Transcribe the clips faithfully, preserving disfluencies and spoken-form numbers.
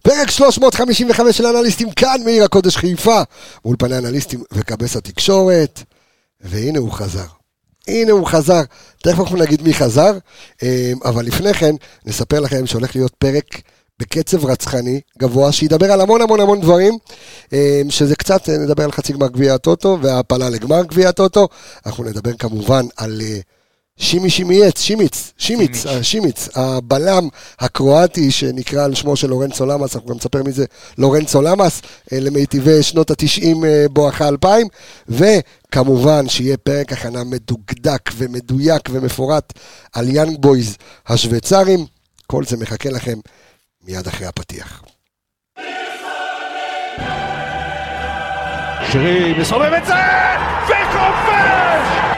פרק שלוש מאות חמישים וחמש של אנליסטים כאן מעיר הקודש חיפה, מול פני אנליסטים וכבש התקשורת, והנה הוא חזר. הנה הוא חזר, תכף אנחנו נגיד מי חזר, אבל לפני כן נספר לכם שהולך להיות פרק בקצב רצחני גבוה, שידבר על המון המון המון דברים, שזה קצת, נדבר על חצי גמר גביע הטוטו, והפלה לגמר גביע הטוטו, אנחנו נדבר כמובן על שימי שימייץ, שימיץ, שימיץ, שימיץ, הבלם הקרואטי שנקרא על שמו של לורנצו למאס, אנחנו גם נספר מזה לורנצו למאס, למיטיבי שנות ה-תשעים בואכה אלפיים, וכמובן שיהיה פרק הכנה מדוקדק ומדויק ומפורט על יאנג בויז השוויצרים, כל זה מחכה לכם מיד אחרי הפתיח. שרי מסובב את זה, וכובש!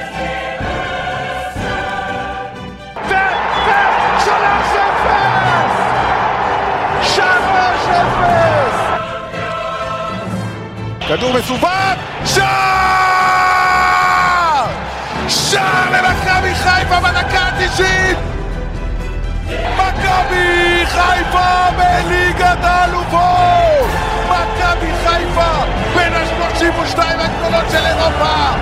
כדור מסובב, שער! שער למכבי חיפה בדקה ה-תשעים! מכבי חיפה בליגת האלופות! מכבי חיפה בין ה-שלושים ושתיים הגדולות של אירופה!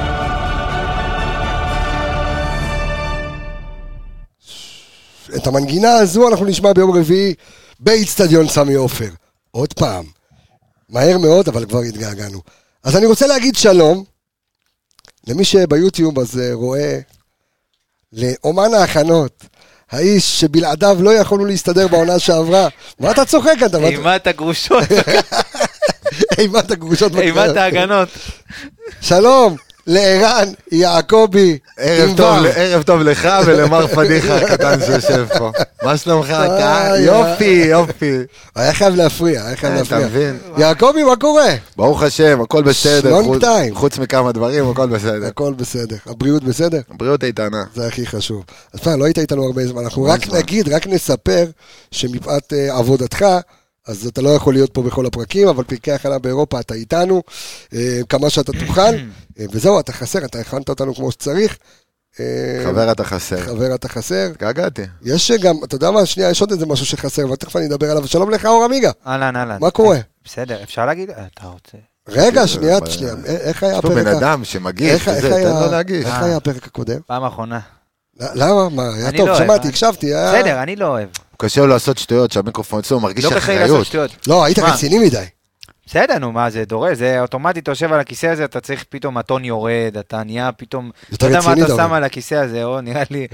את המנגינה הזו אנחנו נשמע ביום רביעי באצטדיון סמי עופר. עוד פעם. מהר מאוד, אבל כבר התגעגענו. אז אני רוצה להגיד שלום, למי שביוטיוב אז רואה, לאומן ההכנות, האיש שבלעדיו לא יכולנו להסתדר בעונה שעברה. מה אתה צוחק? אימת הגרושות. אימת הגרושות. אימת ההגנות. שלום. לערן, יעקובי, ערב טוב לך ולמר פדיחה הקטן שיושב פה. מה שלומך אתה? יופי, יופי. היה חייב להפריע, היה חייב להפריע. יעקובי, מה קורה? ברוך השם, הכל בסדר. שלום חוץ מכמה דברים, הכל בסדר. הכל בסדר. הבריאות בסדר? הבריאות איתנה. זה הכי חשוב. אז פעם, לא היית איתנו הרבה זמן. אנחנו רק נגיד, רק נספר שמפאת עבודתך, אז אתה לא יכול להיות פה בכל הפרקים, אבל פרקי הכנה באירופה אתה איתנו, כמה שאתה תוכל, וזהו, אתה חסר, אתה הכנת אותנו כמו שצריך. חבר אתה חסר. חבר אתה חסר. געגעתי. יש גם, אתה יודע מה, שנייה, יש עוד איזה משהו שחסר, ותכף אני אדבר עליו. שלום לך, אור עמיגה. אהלן, אהלן. מה קורה? בסדר, אפשר להגיד? אתה רוצה... רגע, שנייה, שנייה, איך היה הפרק? יש פה בן אדם שמגיש, וזה, תן לו להגיש. איך היה הפרק הקודם? פעם האחרונה. למה? מה? היה טוב, שמעתי, הקשבתי. בסדר, אני לא אוהב. קשה לו לעשות שטויות שהמיקרופון אצלו, מרגיש אחריות. לא קשה לי לעשות שטויות. לא, היית רציני מדי. בסדר, נו, מה זה דורש? זה אוטומטית, אתה יושב על הכיסא הזה, אתה צריך פתאום, הטון יורד, אתה נהיה פתאום... אתה יודע מה אתה שם על הכיסא הזה, או נראה לי...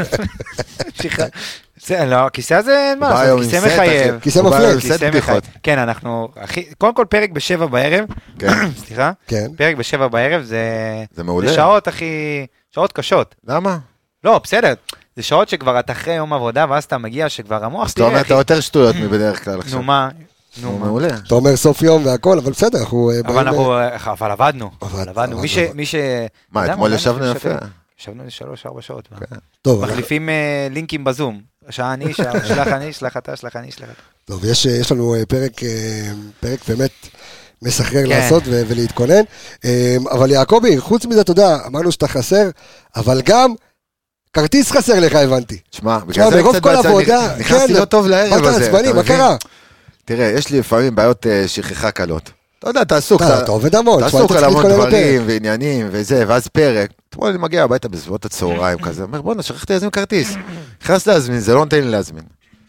לא, הכיסא הזה, אין מה, זה כיסא מחייב. כיסא מפלג. כיסא מחייב. כן, אנחנו... קודם כל פרק בשבע בערב, סליחה? פרק בשבע בערב זה... זה מעולה. זה שעות הכי... שעות קשות. למה? לא, בסדר. זה שעות שכבר אתה אחרי יום עבודה, ואז אתה מגיע שכבר המוח... אז אתה אומר, אתה יותר שטויות מבדרך כלל עכשיו. נו מה? נו, מעולה. אתה אומר סוף יום והכל, אבל בסדר, אנחנו... אבל אנחנו... אבל עבדנו. עבדנו. מי ש... מה, אתמול ישבנו יפה? ישבנו שלוש, ארבע שעות. טוב. מחליפים לינקים בזום. שעה אני, שלח אני, שלח אתה, שלח אני, שלח אתה. טוב, יש לנו פרק, פרק באמת מסחרר לעשות ולהתכונן. אבל יעקובי, חוץ מזה, אתה יודע, אמרנו שאתה חסר, אבל גם... כרטיס חסר לך, הבנתי. תשמע, בגלל זה קצת בעצה, נכנסתי לא טוב לערב הזה. עצבני, מה קרה? תראה, יש לי לפעמים בעיות שכחה קלות. אתה יודע, אתה עסוק. אתה עובד המון. אתה עסוק על המון דברים ועניינים וזה, ואז פרק. אתמול אני מגיע הביתה בסביבות הצהריים כזה, אומר, בוא נשכחתי להזמין כרטיס. נכנס להזמין, זה לא נותן לי להזמין.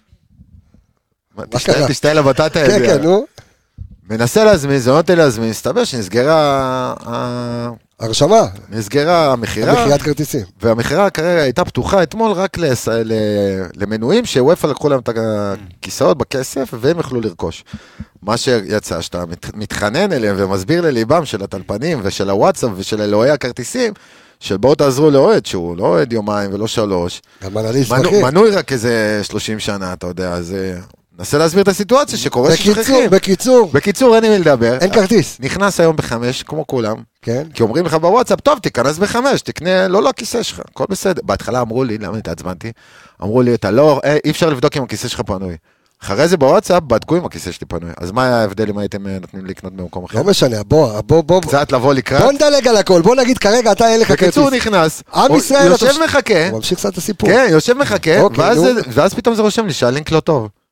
תשתה לבטטה. כן, כן, נו. מנסה להזמין, זה לא נותן להזמין, מסתבר שנסגרה... הרשמה. נסגרה המחירה. המחירת כרטיסים. והמחירה כרגע הייתה פתוחה אתמול רק למנויים, שוופא לקחו להם את הכיסאות בכסף, והם יכלו לרכוש. מה שיצא, שאתה מתחנן אליהם ומסביר לליבם של הטלפנים ושל הוואטסאפ ושל אלוהי הכרטיסים, של בואו תעזרו לאוהד, שהוא לא אוהד יומיים ולא שלוש. גם אנליסט אחי. מנוי רק איזה שלושים שנה, אתה יודע, אז... נסה להסביר את הסיטואציה שקורה ששכחים. בקיצור, בקיצור, אין לי מי לדבר. אין כרטיס. נכנס היום בחמש, כמו כולם. כן. כי אומרים לך בוואטסאפ, טוב, תיכנס בחמש, תקנה, לא, לא, הכיסא שלך, הכל בסדר. בהתחלה אמרו לי, למה התעצבנתי? אמרו לי, אתה לא, אי אפשר לבדוק אם הכיסא שלך פנוי. אחרי זה בוואטסאפ, בדקו אם הכיסא שלי פנוי. אז מה היה ההבדל אם הייתם נותנים לקנות במקום אחר? לא משנה, בוא, בוא, בוא. קצת לבוא לקראת. בוא נדלג על הכל, בוא נגיד כרגע, אתה אין לך כרטיס. בקיצור נכנס, עם ישראל, יושב מחכה. הוא ממשיך קצת את הסיפור. כן, יושב מחכה, ואז פתאום זה רושם לי שהלינק לא טוב.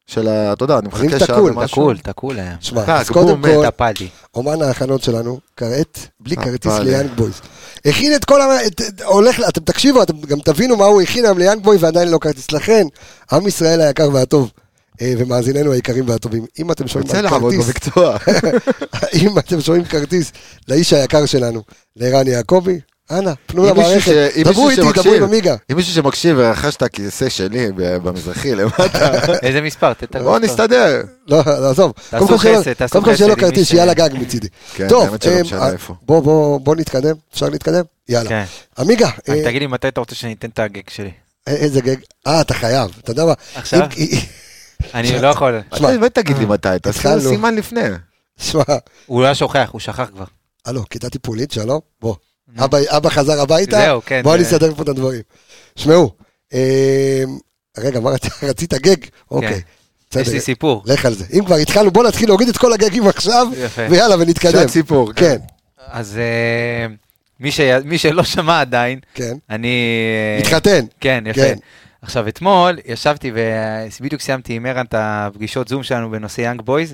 של ה... אתה יודע, אני מחכה שעה ומשהו. תקול, תקול היה. שמע, אז קודם כל, אומן ההכנות שלנו, כרת, בלי כרטיס ליאנג בויז. הכין את כל ה... הולך, אתם תקשיבו, אתם גם תבינו מה הוא הכין היום ליאנג בויז, ועדיין לא כרטיס. לכן, עם ישראל היקר והטוב, ומאזיננו היקרים והטובים, אם אתם שומעים כרטיס, אם אתם שומעים כרטיס לאיש היקר שלנו, לערן יעקבי, אנא, פנו למערכת, דברו איתי, דברו עם אמיגה. אם מישהו שמקשיב ורכש את הכיסא שלי במזרחי למטה. איזה מספר? בוא נסתדר. לא, עזוב. קודם כל שיהיה לו כרטיס, שיהיה לה גג מצידי. טוב, בוא נתקדם, אפשר להתקדם? יאללה. אמיגה. תגיד לי מתי אתה רוצה שאני אתן את הגג שלי. איזה גג? אה, אתה חייב, אתה יודע מה? עכשיו? אני לא יכול. מה תגיד לי מתי? תעשה סימן לפני. הוא לא שוכח, הוא שכח כבר. הלו, כיתה טיפולית, שלום, בוא. אבא חזר הביתה, בוא נסדר פה את הדברים. שמעו, רגע, מה רצית גג? אוקיי. יש לי סיפור. לך על זה. אם כבר התחלנו, בוא נתחיל להוריד את כל הגגים עכשיו, ויאללה, ונתקדם. שעת סיפור. כן. אז מי שלא שמע עדיין, אני... מתחתן. כן, יפה. עכשיו, אתמול ישבתי ובדיוק סיימתי עם ערן את הפגישות זום שלנו בנושא יאנג בויז,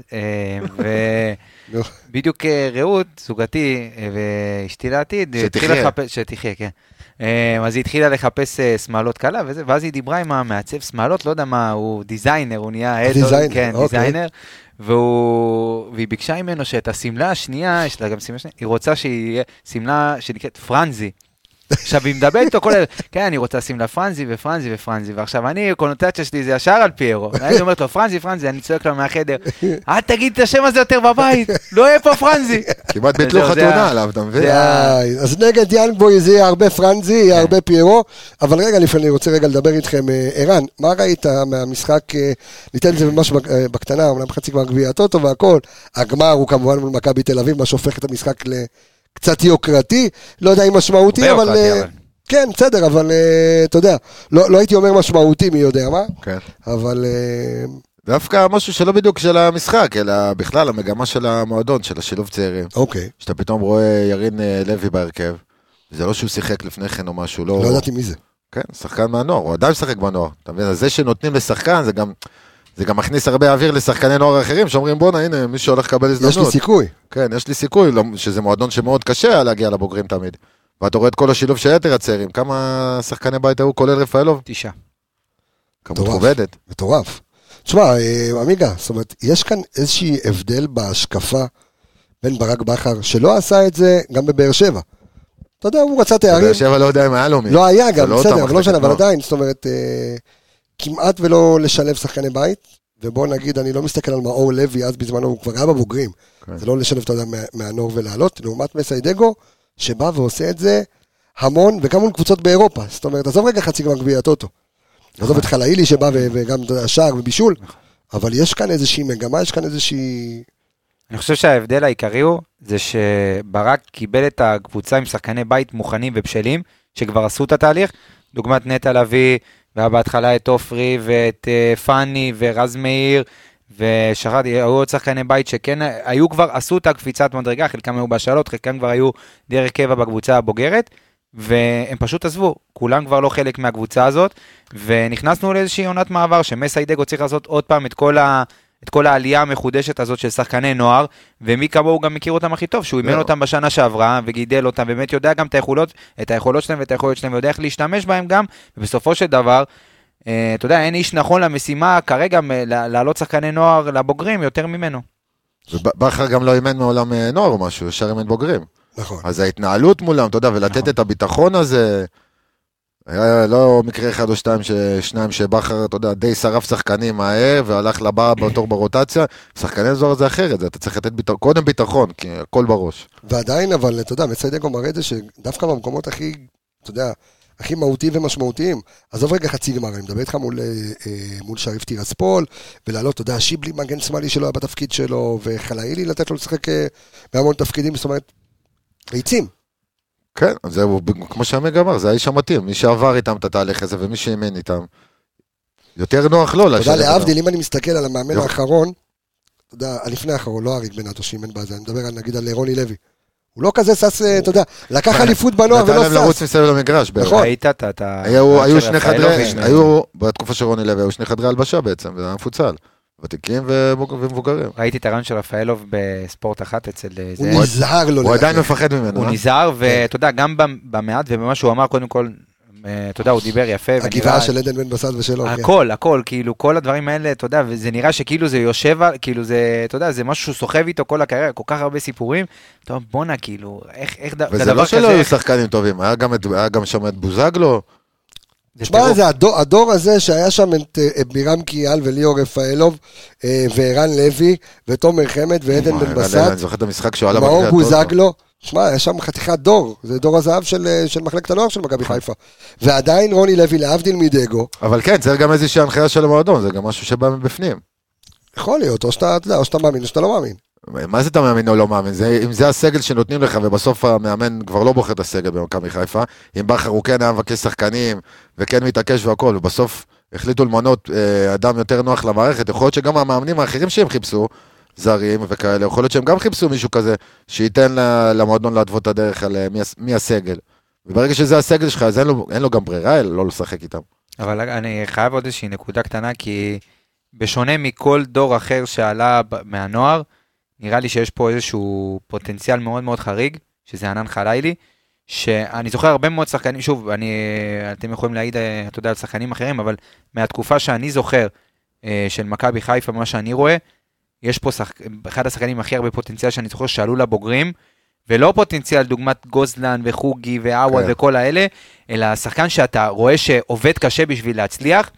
ובדיוק רעות, זוגתי ואשתי לעתיד, שתחיה, כן. אז היא התחילה לחפש שמאלות קלה, ואז היא דיברה עם המעצב שמאלות, לא יודע מה, הוא דיזיינר, הוא נהיה דיזיינר, והיא ביקשה ממנו שאת הסמלה השנייה, יש לה גם סמלה שנייה, היא רוצה שיהיה סמלה שנקראת פרנזי. עכשיו, היא מדברת איתו כל... כן, אני רוצה לשים לה פרנזי ופרנזי ופרנזי, ועכשיו אני, קונוטציה שלי זה ישר על פיירו. אני אומרת לו, פרנזי, פרנזי, אני צועק לו מהחדר, אל תגיד את השם הזה יותר בבית, לא יהיה פה פרנזי. כמעט ביטלו חתונה עליו, אתה מבין? אז נגד יאנג בויז יהיה הרבה פרנזי, יהיה הרבה פיירו, אבל רגע לפני, אני רוצה רגע לדבר איתכם, ערן, מה ראית מהמשחק, ניתן את זה ממש בקטנה, אומנם חצי גמר גביע הטוטו והכל, הגמר הוא כמובן מול מכבי תל אביב, מה שהופך את המשחק ל... קצת יוקרתי, לא יודע אם משמעותי, אבל... כן, בסדר, אבל אתה יודע, לא הייתי אומר משמעותי, מי יודע מה, אבל... דווקא משהו שלא בדיוק של המשחק, אלא בכלל המגמה של המועדון, של השילוב צעירים. אוקיי. שאתה פתאום רואה ירין לוי בהרכב, זה לא שהוא שיחק לפני כן או משהו, לא... לא ידעתי מי זה. כן, שחקן מהנוער, הוא עדיין משחק בנוער. אתה מבין, זה שנותנים לשחקן, זה גם... זה גם מכניס הרבה אוויר לשחקני נוער אחרים, שאומרים בונה, הנה, מי שהולך לקבל הזדמנות. יש לי סיכוי. כן, יש לי סיכוי, שזה מועדון שמאוד קשה להגיע לבוגרים תמיד. ואתה רואה את כל השילוב של יתר הצעירים, כמה שחקני בית היו, כולל רפאלוב? תשעה. כמות עובדת. מטורף. תשמע, אמיגה, זאת אומרת, יש כאן איזושהי הבדל בהשקפה בין ברק בכר, שלא עשה את זה גם בבאר שבע. אתה יודע, הוא רצה תארים. בבאר שבע לא יודע אם היה לו מי. לא היה גם, בסדר, אבל לא שנה, אבל עדיין, זאת אומרת, כמעט ולא לשלב שחקני בית, ובוא נגיד, אני לא מסתכל על מאור לוי, אז בזמנו הוא כבר היה בבוגרים, זה לא לשלב, אתה יודע, מהנור ולעלות, לעומת מסיידגו, שבא ועושה את זה המון, וגם מול קבוצות באירופה, זאת אומרת, עזוב רגע חצי גמר גביע הטוטו, עזוב את חלאילי שבא וגם השער ובישול, אבל יש כאן איזושהי מגמה, יש כאן איזושהי... אני חושב שההבדל העיקרי הוא, זה שברק קיבל את הקבוצה עם שחקני בית מוכנים ובשלים, שכבר עשו את התהליך, דוגמת נטע לביא, והיה בהתחלה את אופרי ואת פני ורז מאיר, ושחרתי, היו עוד שחקני בית שכן, היו כבר, עשו את הקפיצת מדרגה, חלקם היו בשאלות, חלקם כבר היו דרך קבע בקבוצה הבוגרת, והם פשוט עזבו, כולם כבר לא חלק מהקבוצה הזאת, ונכנסנו לאיזושהי עונת מעבר, שמסיידגו צריך לעשות עוד פעם את כל ה... את כל העלייה המחודשת הזאת של שחקני נוער, ומי כמה הוא גם מכיר אותם הכי טוב, שהוא אימן אותם בשנה שעברה, וגידל אותם, באמת יודע גם את היכולות, את היכולות שלהם ואת היכולות שלהם, ויודע איך להשתמש בהם גם, ובסופו של דבר, אתה יודע, אין איש נכון למשימה, כרגע, לעלות שחקני נוער לבוגרים יותר ממנו. ובכר גם לא אימן מעולם נוער או משהו, ישר אימן בוגרים. נכון. אז ההתנהלות מולם, אתה יודע, ולתת את הביטחון הזה, היה לא מקרה אחד או שתיים, שניים שבחר, אתה יודע, די שרף שחקנים מהר, והלך לבא בתור ברוטציה, שחקני זוהר זה אחרת, אתה צריך לתת ביטחון, קודם ביטחון, כי הכל בראש. ועדיין, אבל, אתה יודע, מסיידגו מראה את זה, שדווקא במקומות הכי, אתה יודע, הכי מהותיים ומשמעותיים, עזוב רגע חצי גמר, אני מדבר איתך מול, מול שריף טירספול, ולעלות, אתה יודע, שיבלי מגן שמאלי שלו היה בתפקיד שלו, וחלאילי לתת לו לשחק בהמון תפקידים, זאת אומרת, ביצים. כן, זהו, כמו שהמג אמר, זה האיש המתאים, מי שעבר איתם את התהליך הזה, ומי שאימן איתם, יותר נוח לו. אתה יודע, להבדיל, אם אני מסתכל על המאמן האחרון, אתה יודע, לפני האחרון, לא אריק בנאטו שאימן בזה, אני מדבר נגיד על רוני לוי, הוא לא כזה סס, אתה יודע, לקח אליפות בנוער ולא סס. נתן להם לרוץ מסביב למגרש. נכון. היו שני חדרי, היו, בתקופה של רוני לוי, היו שני חדרי הלבשה בעצם, וזה היה מפוצל. ותיקים ומבוגרים. ראיתי את הרעיון של רפאלוב בספורט אחת אצל זה. הוא נזהר לו. הוא עדיין מפחד ממנו. הוא נזהר, ואתה יודע, גם במעט ובמה שהוא אמר, קודם כל, אתה יודע, הוא דיבר יפה. הגבעה של עדן בן בסט ושלו. הכל, הכל, כאילו, כל הדברים האלה, אתה יודע, וזה נראה שכאילו זה יושב, כאילו זה, אתה יודע, זה משהו שהוא סוחב איתו כל הקריירה, כל כך הרבה סיפורים. טוב, בונה, כאילו, איך, וזה לא שלא היו שחקנים טובים, היה גם שם את בוזגלו. תשמע, זה הדור הזה שהיה שם את בירם קיאל וליאור רפאלוב וערן לוי ותומר חמד ועדן בן בסט. אני זוכר את המשחק שהוא עלה מאור בוזגלו. תשמע, היה שם חתיכת דור, זה דור הזהב של מחלקת הנוער של מכבי חיפה. ועדיין רוני לוי להבדיל מדגו. אבל כן, צריך גם איזושהי הנחיה של המועדון, זה גם משהו שבא מבפנים. יכול להיות, או שאתה מאמין או שאתה לא מאמין. מה זה אתה מאמין או לא מאמין? זה, אם זה הסגל שנותנים לך, ובסוף המאמן כבר לא בוחר את הסגל במכבי חיפה, אם בכר הוא כן היה מבקש שחקנים, וכן מתעקש והכל, ובסוף החליטו למנות אה, אדם יותר נוח למערכת, יכול להיות שגם המאמנים האחרים שהם חיפשו, זרים וכאלה, יכול להיות שהם גם חיפשו מישהו כזה, שייתן למועדון להתוות את הדרך על מי, מי הסגל. וברגע שזה הסגל שלך, אז אין לו, אין לו גם ברירה, לא לשחק איתם. אבל אני חייב עוד איזושהי נקודה קטנה, כי בשונה מכל דור אחר שעלה מהנוער, נראה לי שיש פה איזשהו פוטנציאל מאוד מאוד חריג, שזה ענן חלילי, שאני זוכר הרבה מאוד שחקנים, שוב, אני, אתם יכולים להעיד, אתה יודע, על שחקנים אחרים, אבל מהתקופה שאני זוכר, של מכבי חיפה, מה שאני רואה, יש פה שח... אחד השחקנים הכי הרבה פוטנציאל שאני זוכר שעלו לבוגרים, ולא פוטנציאל דוגמת גוזלן וחוגי ועווד okay. וכל האלה, אלא שחקן שאתה רואה שעובד קשה בשביל להצליח,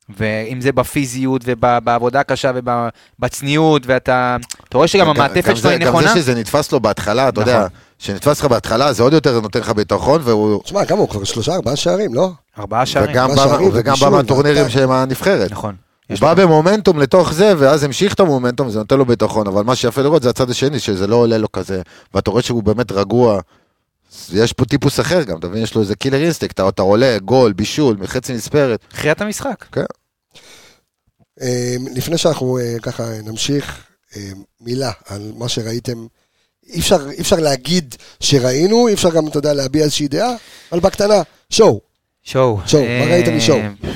ואם זה בפיזיות ובעבודה קשה ובצניעות, ואתה אתה רואה שגם המעטפת שלו היא נכונה. גם זה שזה נתפס לו בהתחלה, אתה יודע, שנתפס לך בהתחלה, זה עוד יותר נותן לך ביטחון, והוא... תשמע, כמה הוא כבר שלושה, ארבעה שערים, לא? ארבעה שערים. וגם בא מהטורנירים שהם הנבחרת. נכון. הוא בא במומנטום לתוך זה, ואז המשיך את המומנטום, זה נותן לו ביטחון, אבל מה שיפה לראות זה הצד השני, שזה לא עולה לו כזה, ואתה רואה שהוא באמת רגוע, יש פה טיפוס אחר גם, אתה מבין, יש לו איזה קילר אינסטינקט, אתה עולה, גול, בישול, מחצי נספרת. חיית המשחק. כן. לפני שאנחנו ככה נמשיך, מילה על מה שראיתם, אי אפשר, אי אפשר להגיד שראינו, אי אפשר גם, אתה יודע, להביע איזושהי דעה, אבל בקטנה, שואו. שואו. שואו, מה ראית משואו?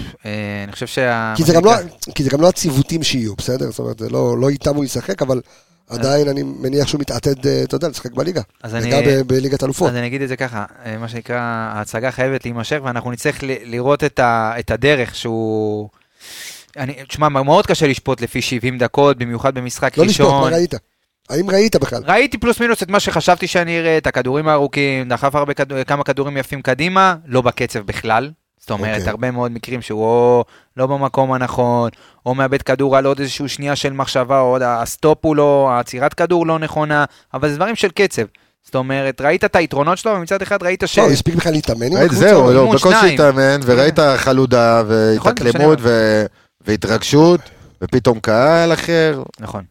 אני חושב שה... כי זה גם לא הציוותים שיהיו, בסדר? זאת אומרת, לא איתם הוא ישחק, אבל עדיין אני מניח שהוא מתעתד, אתה יודע, לשחק בליגה. נגע בליגת אלופות. אז אני אגיד את זה ככה, מה שנקרא, ההצגה חייבת להימשך, ואנחנו נצטרך לראות את הדרך שהוא... תשמע, מאוד קשה לשפוט לפי שבעים דקות, במיוחד במשחק ראשון. לא לשפוט, מה ראית? האם ראית בכלל? ראיתי פלוס מינוס את מה שחשבתי שאני אראה, את הכדורים הארוכים, דחף הרבה כמה כדורים יפים קדימה, לא בקצב בכלל. זאת אומרת, הרבה מאוד מקרים שהוא או לא במקום הנכון, או מאבד כדור על עוד איזשהו שנייה של מחשבה, או הסטופ הוא לא, העצירת כדור לא נכונה, אבל זה דברים של קצב. זאת אומרת, ראית את היתרונות שלו, ומצד אחד ראית ש... לא, הספיק בכלל להתאמן עם הקבוצה. זהו, לא, בקושי להתאמן, וראית חלודה, והתאקלמות, והתרגשות, ופתאום קהל אחר. נכון.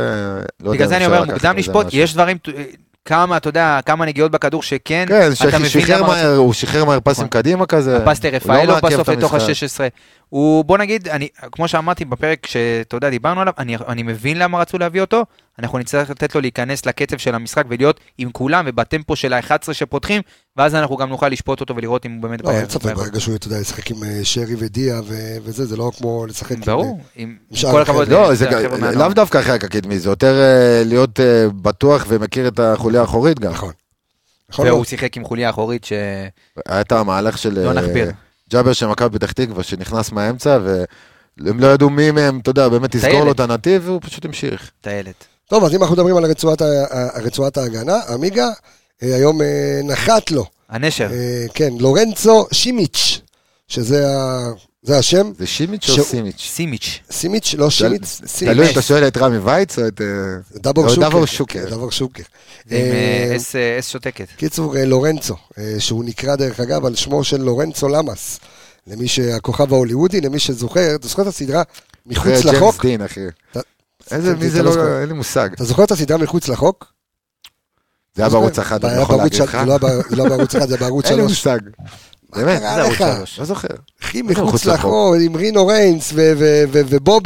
בגלל זה אני אומר, מוקדם לשפוט, יש דברים... כמה, אתה יודע, כמה נגיעות בכדור שכן, כן, שחרר מהר, הוא שחרר מהר פסים קדימה כזה. הפס לרפאלוב בסוף לתוך ה-שש עשרה. הוא, בוא נגיד, אני, כמו שאמרתי בפרק שאתה יודע, דיברנו עליו, אני, אני מבין למה רצו להביא אותו, אנחנו נצטרך לתת לו להיכנס לקצב של המשחק ולהיות עם כולם ובטמפו של ה-אחד עשר שפותחים, ואז אנחנו גם נוכל לשפוט אותו ולראות אם הוא באמת... לא, אין ספק, ברגע שהוא, אתה יודע, לשחק עם שרי ודיה וזה, זה לא כמו לשחק עם... ברור, עם כל הכבוד... לא, זה לאו דווקא אחרי הקדמי, זה יותר להיות בטוח ומכיר את החוליה האחורית גם. נכון. והוא שיחק עם חוליה אחורית ש... הייתה המהלך של... לא נחביר. ג'אבר של מכבי פתח תקווה שנכנס מהאמצע, והם לא ידעו מי מהם, אתה יודע, באמת תזכור לו את הנתיב, והוא פשוט המשיך. טיילת. טוב, אז אם אנחנו מדברים על רצועת ההגנה, אמיגה, היום נחת לו. הנשר. כן, לורנצו שימיץ', שזה השם. זה שימיץ' או סימיץ'? סימיץ'. סימיץ', לא שימיץ'. תלוי אם אתה שואל את רמי וייץ או את... דבור שוקר. דבור שוקר. עם אס שותקת. קיצור, לורנצו, שהוא נקרא דרך אגב על שמו של לורנצו למאס, למי שהכוכב ההוליוודי, למי שזוכר, אתה זוכר את הסדרה מחוץ לחוק? ג'יימס דין, אחי. איזה, מי זה לא, אין לי מושג. אתה זוכר את הסדרה מחוץ לחוק? זה היה בערוץ אחד, אני יכול להגיד לך. זה לא בערוץ אחד, זה בערוץ שלוש. אין לי מושג. באמת, זה ערוץ שלוש. לא זוכר. אחי, מחוץ לחוק, עם רינו ריינס ובובי.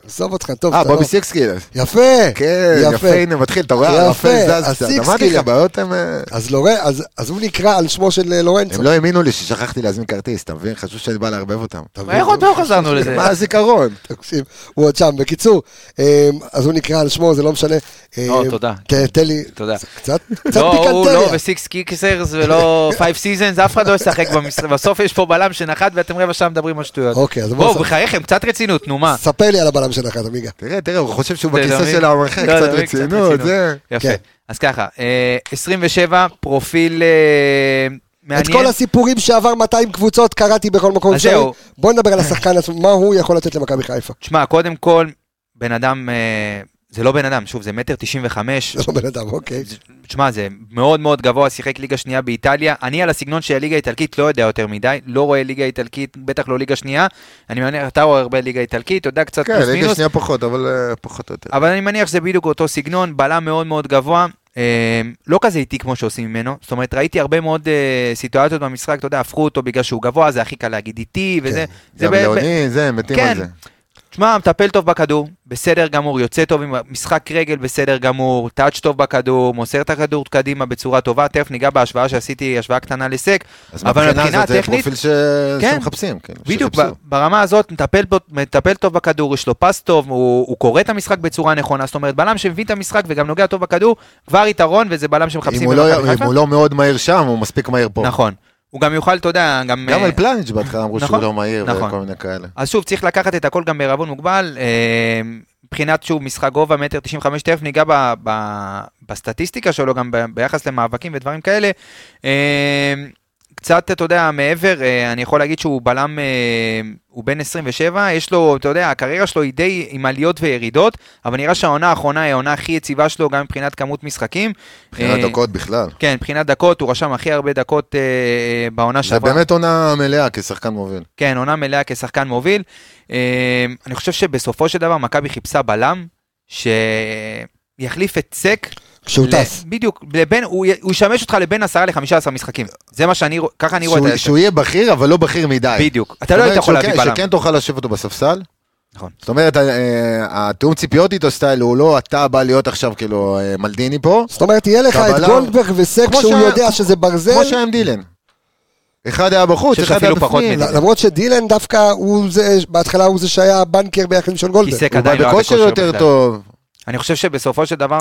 עזוב אותך, טוב. אה, בובי סיקסקי. יפה. כן, יפה, הנה, מתחיל, אתה רואה, הרפל זז קצת. אמרתי לך, בעיות הם... אז הוא נקרא על שמו של לורנצו. הם לא האמינו לי ששכחתי להזמין כרטיס, אתה מבין? חשוב שאני בא להרבב אותם. איך עוד לא חזרנו לזה? מה הזיכרון? תקשיב, הוא עוד שם. בקיצור, אז הוא נקרא על שמו, זה לא משנה. או, תודה. תן לי, תודה. קצת לא, פיקנטריה. הוא לא וסיקס קיקסרס ולא פייב סיזנס, אף אחד לא ישחק במשחק. בסוף יש פה בלם שנחת ואתם רבע שם מדברים על שטויות. אוקיי, אז בואו, בחייכם, קצת רצינות, נו מה. ספר לי על הבלם שנחת, אמיגה. תראה, תראה, הוא חושב שהוא בכיסא של המרחק, קצת רצינות, זה... יפה. אז ככה, עשרים ושבע, פרופיל מעניין. את כל הסיפורים שעבר מאתיים קבוצות קראתי בכל מקום אפשרי. בוא נדבר על השחקן עצמו, מה הוא יכול לתת למכבי חיפה. תשמע, קודם כל, בן אדם, זה לא בן אדם, שוב, זה מטר תשעים וחמש. זה לא בן אדם, אוקיי. תשמע, זה מאוד מאוד גבוה, שיחק ליגה שנייה באיטליה. אני על הסגנון של הליגה האיטלקית לא יודע יותר מדי, לא רואה ליגה איטלקית, בטח לא ליגה שנייה. אני מניח, אתה רואה הרבה ליגה איטלקית, אתה יודע קצת פלוס מינוס. כן, ליגה שנייה פחות, אבל פחות או יותר. אבל אני מניח שזה בדיוק אותו סגנון, בלם מאוד מאוד גבוה. לא כזה איטי כמו שעושים ממנו, זאת אומרת ראיתי הרבה מאוד סיטואציות במשחק, אתה יודע, הפכו אותו בגלל שהוא גבוה, זה הכי קל להגיד איטי וזה. גם לאוני, זה, מתים על זה. תשמע, מטפל טוב בכדור, בסדר גמור, יוצא טוב עם משחק רגל בסדר גמור, טאץ' טוב בכדור, מוסר את הכדור קדימה בצורה טובה, תכף ניגע בהשוואה שעשיתי, השוואה קטנה לסק, אבל מבחינה הזאת זה פרופיל שמחפשים. בדיוק, ברמה הזאת מטפל טוב בכדור, יש לו פס טוב, הוא קורא את המשחק בצורה נכונה, זאת אומרת, בלם שמבין את המשחק וגם נוגע טוב בכדור, כבר יתרון וזה בלם שמחפשים. אם הוא לא מאוד מהיר שם, הוא מספיק מהיר פה. נכון. הוא גם יוכל, אתה יודע, גם... גם על פלניץ' בהתחלה אמרו שהוא לא מהיר וכל מיני כאלה. אז שוב, צריך לקחת את הכל גם בערבון מוגבל, מבחינת שוב משחק גובה, מטר תשעים וחמש, תכף ניגע בסטטיסטיקה שלו, גם ביחס למאבקים ודברים כאלה. קצת, אתה יודע, מעבר, אני יכול להגיד שהוא בלם, הוא בן עשרים ושבע, יש לו, אתה יודע, הקריירה שלו היא די עם עליות וירידות, אבל נראה שהעונה האחרונה היא העונה הכי יציבה שלו, גם מבחינת כמות משחקים. מבחינת דקות בכלל. כן, מבחינת דקות, הוא רשם הכי הרבה דקות בעונה שעברה. זה באמת עונה מלאה כשחקן מוביל. כן, עונה מלאה כשחקן מוביל. אני חושב שבסופו של דבר, מכבי חיפשה בלם, שיחליף את סק, כשהוא טס. בדיוק, לבין, הוא, הוא ישמש אותך לבין עשרה לחמישה עשר משחקים. זה מה שאני, ככה אני רואה את זה. שהוא יהיה בכיר, אבל לא בכיר מדי. בדיוק. אתה לא היית יכול להביא בלם. שכן תוכל לשבת אותו בספסל. נכון. זאת אומרת, התיאום ציפיות איתו סטייל, הוא לא, אתה בא להיות עכשיו כאילו מלדיני פה. זאת אומרת, יהיה לך את גולדברג וסק שהוא יודע שזה ברזל. כמו שהיה עם דילן. אחד היה בחוץ, אחד היה בפנים. למרות שדילן דווקא הוא זה, בהתחלה הוא זה שהיה בנקר ביחד עם שון גולדברג. הוא בא בכושר יותר טוב. אני חושב שבסופו של דבר,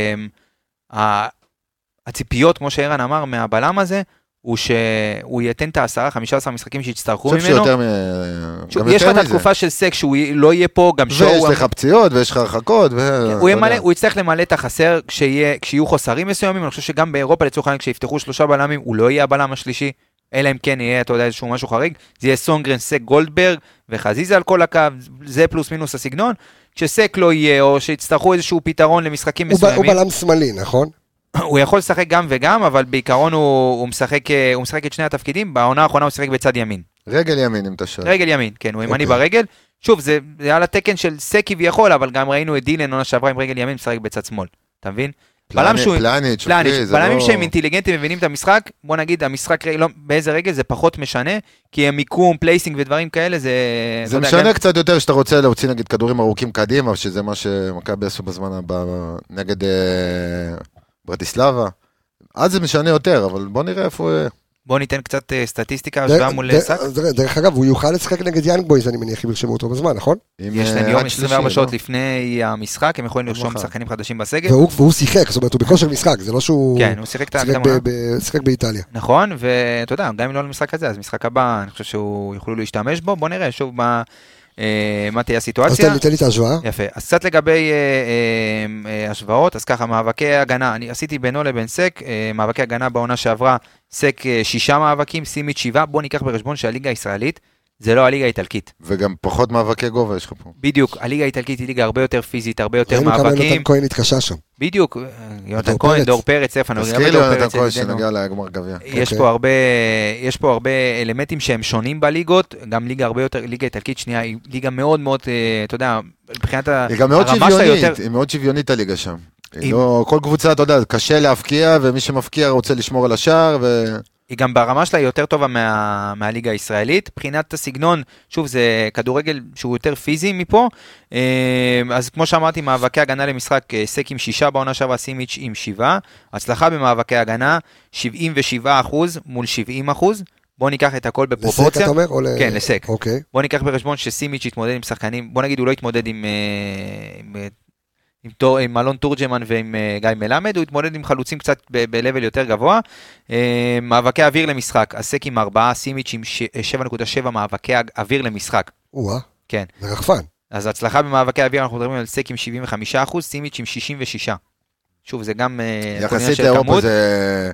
הציפיות, כמו שאירן אמר, מהבלם הזה, הוא שהוא ייתן את העשרה, חמישה עשר משחקים שיצטרכו ממנו. יש לך את התקופה של סק, שהוא לא יהיה פה, גם שואו. ויש לך פציעות, ויש לך הרחקות. הוא יצטרך למלא את החסר, כשיהיו חוסרים מסוימים. אני חושב שגם באירופה, לצורך העניין, כשיפתחו שלושה בלמים, הוא לא יהיה הבלם השלישי, אלא אם כן יהיה, אתה יודע, איזשהו משהו חריג. זה יהיה סונגרן, סק, גולדברג, וחזיזה על כל הקו, זה פלוס מינוס הסגנון. כשסק לא יהיה, או שיצטרכו איזשהו פתרון למשחקים מסוימים. הוא בלם שמאלי, נכון? הוא יכול לשחק גם וגם, אבל בעיקרון הוא, הוא, משחק, הוא משחק את שני התפקידים, בעונה האחרונה הוא משחק בצד ימין. רגל ימין, אם אתה שואל. רגל ימין, כן, הוא ימני okay. ברגל. שוב, זה, זה על התקן של סקי ויכול, אבל גם ראינו את דילן עונה שעברה עם רגל ימין, משחק בצד שמאל. אתה מבין? פלניץ', שהוא... פלניץ', פלניץ', בלמים לא... שהם אינטליגנטים מבינים את המשחק, בוא נגיד, המשחק לא, באיזה רגל זה פחות משנה, כי הם מיקום, פלייסינג ודברים כאלה, זה... זה משנה יודע, קצת יותר שאתה רוצה להוציא נגיד כדורים ארוכים קדימה, שזה מה שמכבי עשו בזמן הבא נגד אה, ברטיסלבה. אז זה משנה יותר, אבל בוא נראה איפה... בוא ניתן קצת סטטיסטיקה, השוואה מול סק. דרך אגב, הוא יוכל לשחק נגד יאנג בויז, אני מניח, ירשמו אותו בזמן, נכון? יש להם יום עשרים וארבע שעות לפני המשחק, הם יכולים לרשום שחקנים חדשים בסגל. והוא שיחק, זאת אומרת, הוא בכושר משחק, זה לא שהוא... כן, הוא שיחק שיחק באיטליה. נכון, ואתה יודע, גם אם לא למשחק הזה, אז משחק הבא, אני חושב שהוא יוכלו להשתמש בו, בוא נראה שוב מה... מה תהיה הסיטואציה. אז תן לי את ההשוואה. יפה. אז קצת לגבי השוואות, אז ככה, מאבקי הגנה, אני עשיתי בינו לבין סק, מאבקי הגנה בעונה שעברה, סק שישה מאבקים, סימית שבעה, בוא ניקח בחשבון שהליגה הישראלית, זה לא הליגה האיטלקית. וגם פחות מאבקי גובה יש לך פה. בדיוק, הליגה האיטלקית היא ליגה הרבה יותר פיזית, הרבה יותר מאבקים. ראינו כמה יונתן כהן התקשה שם. בדיוק, יונתן כהן, דור פרץ, איפה נוגע בדור פרץ. יונתן כהן שנגע לגמר גביע. יש פה הרבה, יש פה הרבה אלמנטים שהם שונים בליגות, גם ליגה הרבה יותר, ליגה איטלקית שנייה, היא ליגה מאוד מאוד, אתה יודע, מבחינת הרמה שלה יותר... היא מאוד שוויונית הליגה שם. כל קבוצה, אתה יודע, קשה להפקיע, ומי שמפקיע רוצה לשמור על השער, ו... היא גם ברמה שלה היא יותר טובה מה, מהליגה הישראלית. מבחינת הסגנון, שוב, זה כדורגל שהוא יותר פיזי מפה. אז כמו שאמרתי, מאבקי הגנה למשחק, סק עם שישה בעונה שעברה, סימיץ' עם שבעה. הצלחה במאבקי הגנה, שבעים ושבעה אחוז מול שבעים אחוז. בוא ניקח את הכל בפרופורציה. לסק אתה אומר? או כן, לסק. אוקיי. בוא ניקח בחשבון שסימיץ' יתמודד עם שחקנים, בוא נגיד הוא לא יתמודד עם... עם עם, תור, עם אלון תורג'מן ועם uh, גיא מלמד, הוא התמודד עם חלוצים קצת ב-level יותר גבוה. Uh, מאבקי אוויר למשחק, הסק עם ארבעה, סימיץ' עם שבע נקודה שבע מאבקי אוויר למשחק. וואה, כן. זה רחפן. אז הצלחה במאבקי אוויר, אנחנו מדברים על סק עם שבעים וחמישה אחוז, סימיץ' עם שישים ושש. שוב, זה גם... Uh, יחסית לאירופה זה...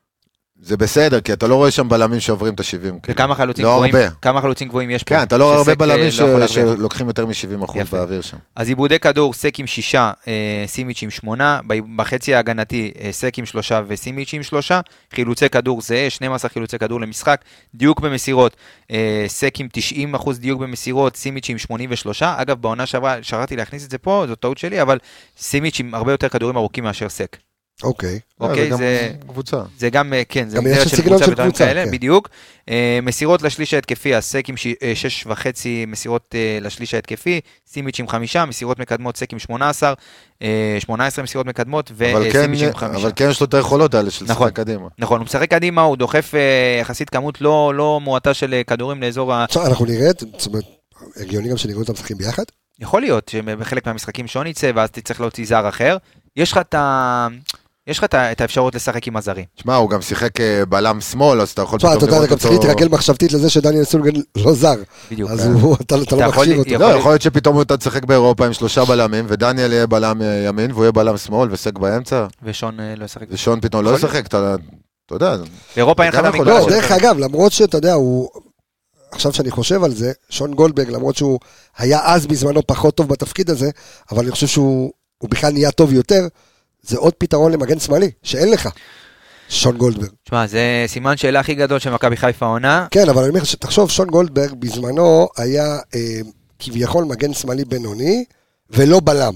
זה בסדר, כי אתה לא רואה שם בלמים שעוברים את ה-שבעים. וכמה חלוצים גבוהים, כמה חלוצים גבוהים יש פה. כן, אתה לא רואה הרבה בלמים שלוקחים יותר מ-שבעים אחוז באוויר שם. אז עיבודי כדור, סק עם שישה, סימיץ' עם שמונה, בחצי ההגנתי, סק עם שלושה וסימיץ' עם שלושה, חילוצי כדור זה, שנים עשר חילוצי כדור למשחק, דיוק במסירות, סק עם תשעים אחוז דיוק במסירות, סימיץ' עם שמונים ושלוש, אגב, בעונה שעברה, שרתי להכניס את זה פה, זאת טעות שלי, אבל סימיץ' עם הרבה יותר כדורים ארוכים מאשר סק. אוקיי. אוקיי, זה קבוצה. זה גם, כן, זה גם יש סגנון של קבוצה, בדיוק. מסירות לשליש ההתקפי, הסק עם שש וחצי מסירות לשליש ההתקפי, סימיץ' עם חמישה, מסירות מקדמות, סק עם שמונה עשרה, שמונה עשרה מסירות מקדמות, וסימיץ' עם חמישה. אבל כן יש לו את היכולות האלה של שחק קדימה. נכון, הוא משחק קדימה, הוא דוחף יחסית כמות לא מועטה של כדורים לאזור ה... אנחנו נראה, זאת אומרת, הגיוני גם שנראו את המשחקים ביחד? יכול להיות, שבחלק מהמשחקים שון יצא, ואז תצטרך להוציא זר אחר. יש לך את ה... יש לך את האפשרות לשחק עם הזרים. שמע, הוא גם שיחק בלם שמאל, אז אתה יכול פתאום לראות אותו... אתה יודע, גם צריך להתרגל מחשבתית לזה שדניאל סולגן לא זר. בדיוק. אז אתה לא מחשיב אותו. לא, יכול להיות שפתאום אתה תשחק באירופה עם שלושה בלמים, ודניאל יהיה בלם ימין, והוא יהיה בלם שמאל, וסק באמצע. ושון לא ישחק. ושון פתאום לא ישחק, אתה יודע. באירופה אין לך במגרש. לא, דרך אגב, למרות שאתה יודע, הוא... עכשיו שאני חושב על זה, שון גולדברג, למרות שהוא היה אז בזמנו פחות טוב בתפקיד הזה, אבל אני חושב שהוא בכלל נהיה טוב יותר, זה עוד פתרון למגן שמאלי, שאין לך, שון גולדברג. תשמע, זה סימן שאלה הכי גדול של מכבי חיפה עונה. כן, אבל אני אומר, תחשוב, שון גולדברג בזמנו היה אה, כביכול מגן שמאלי בינוני, ולא בלם.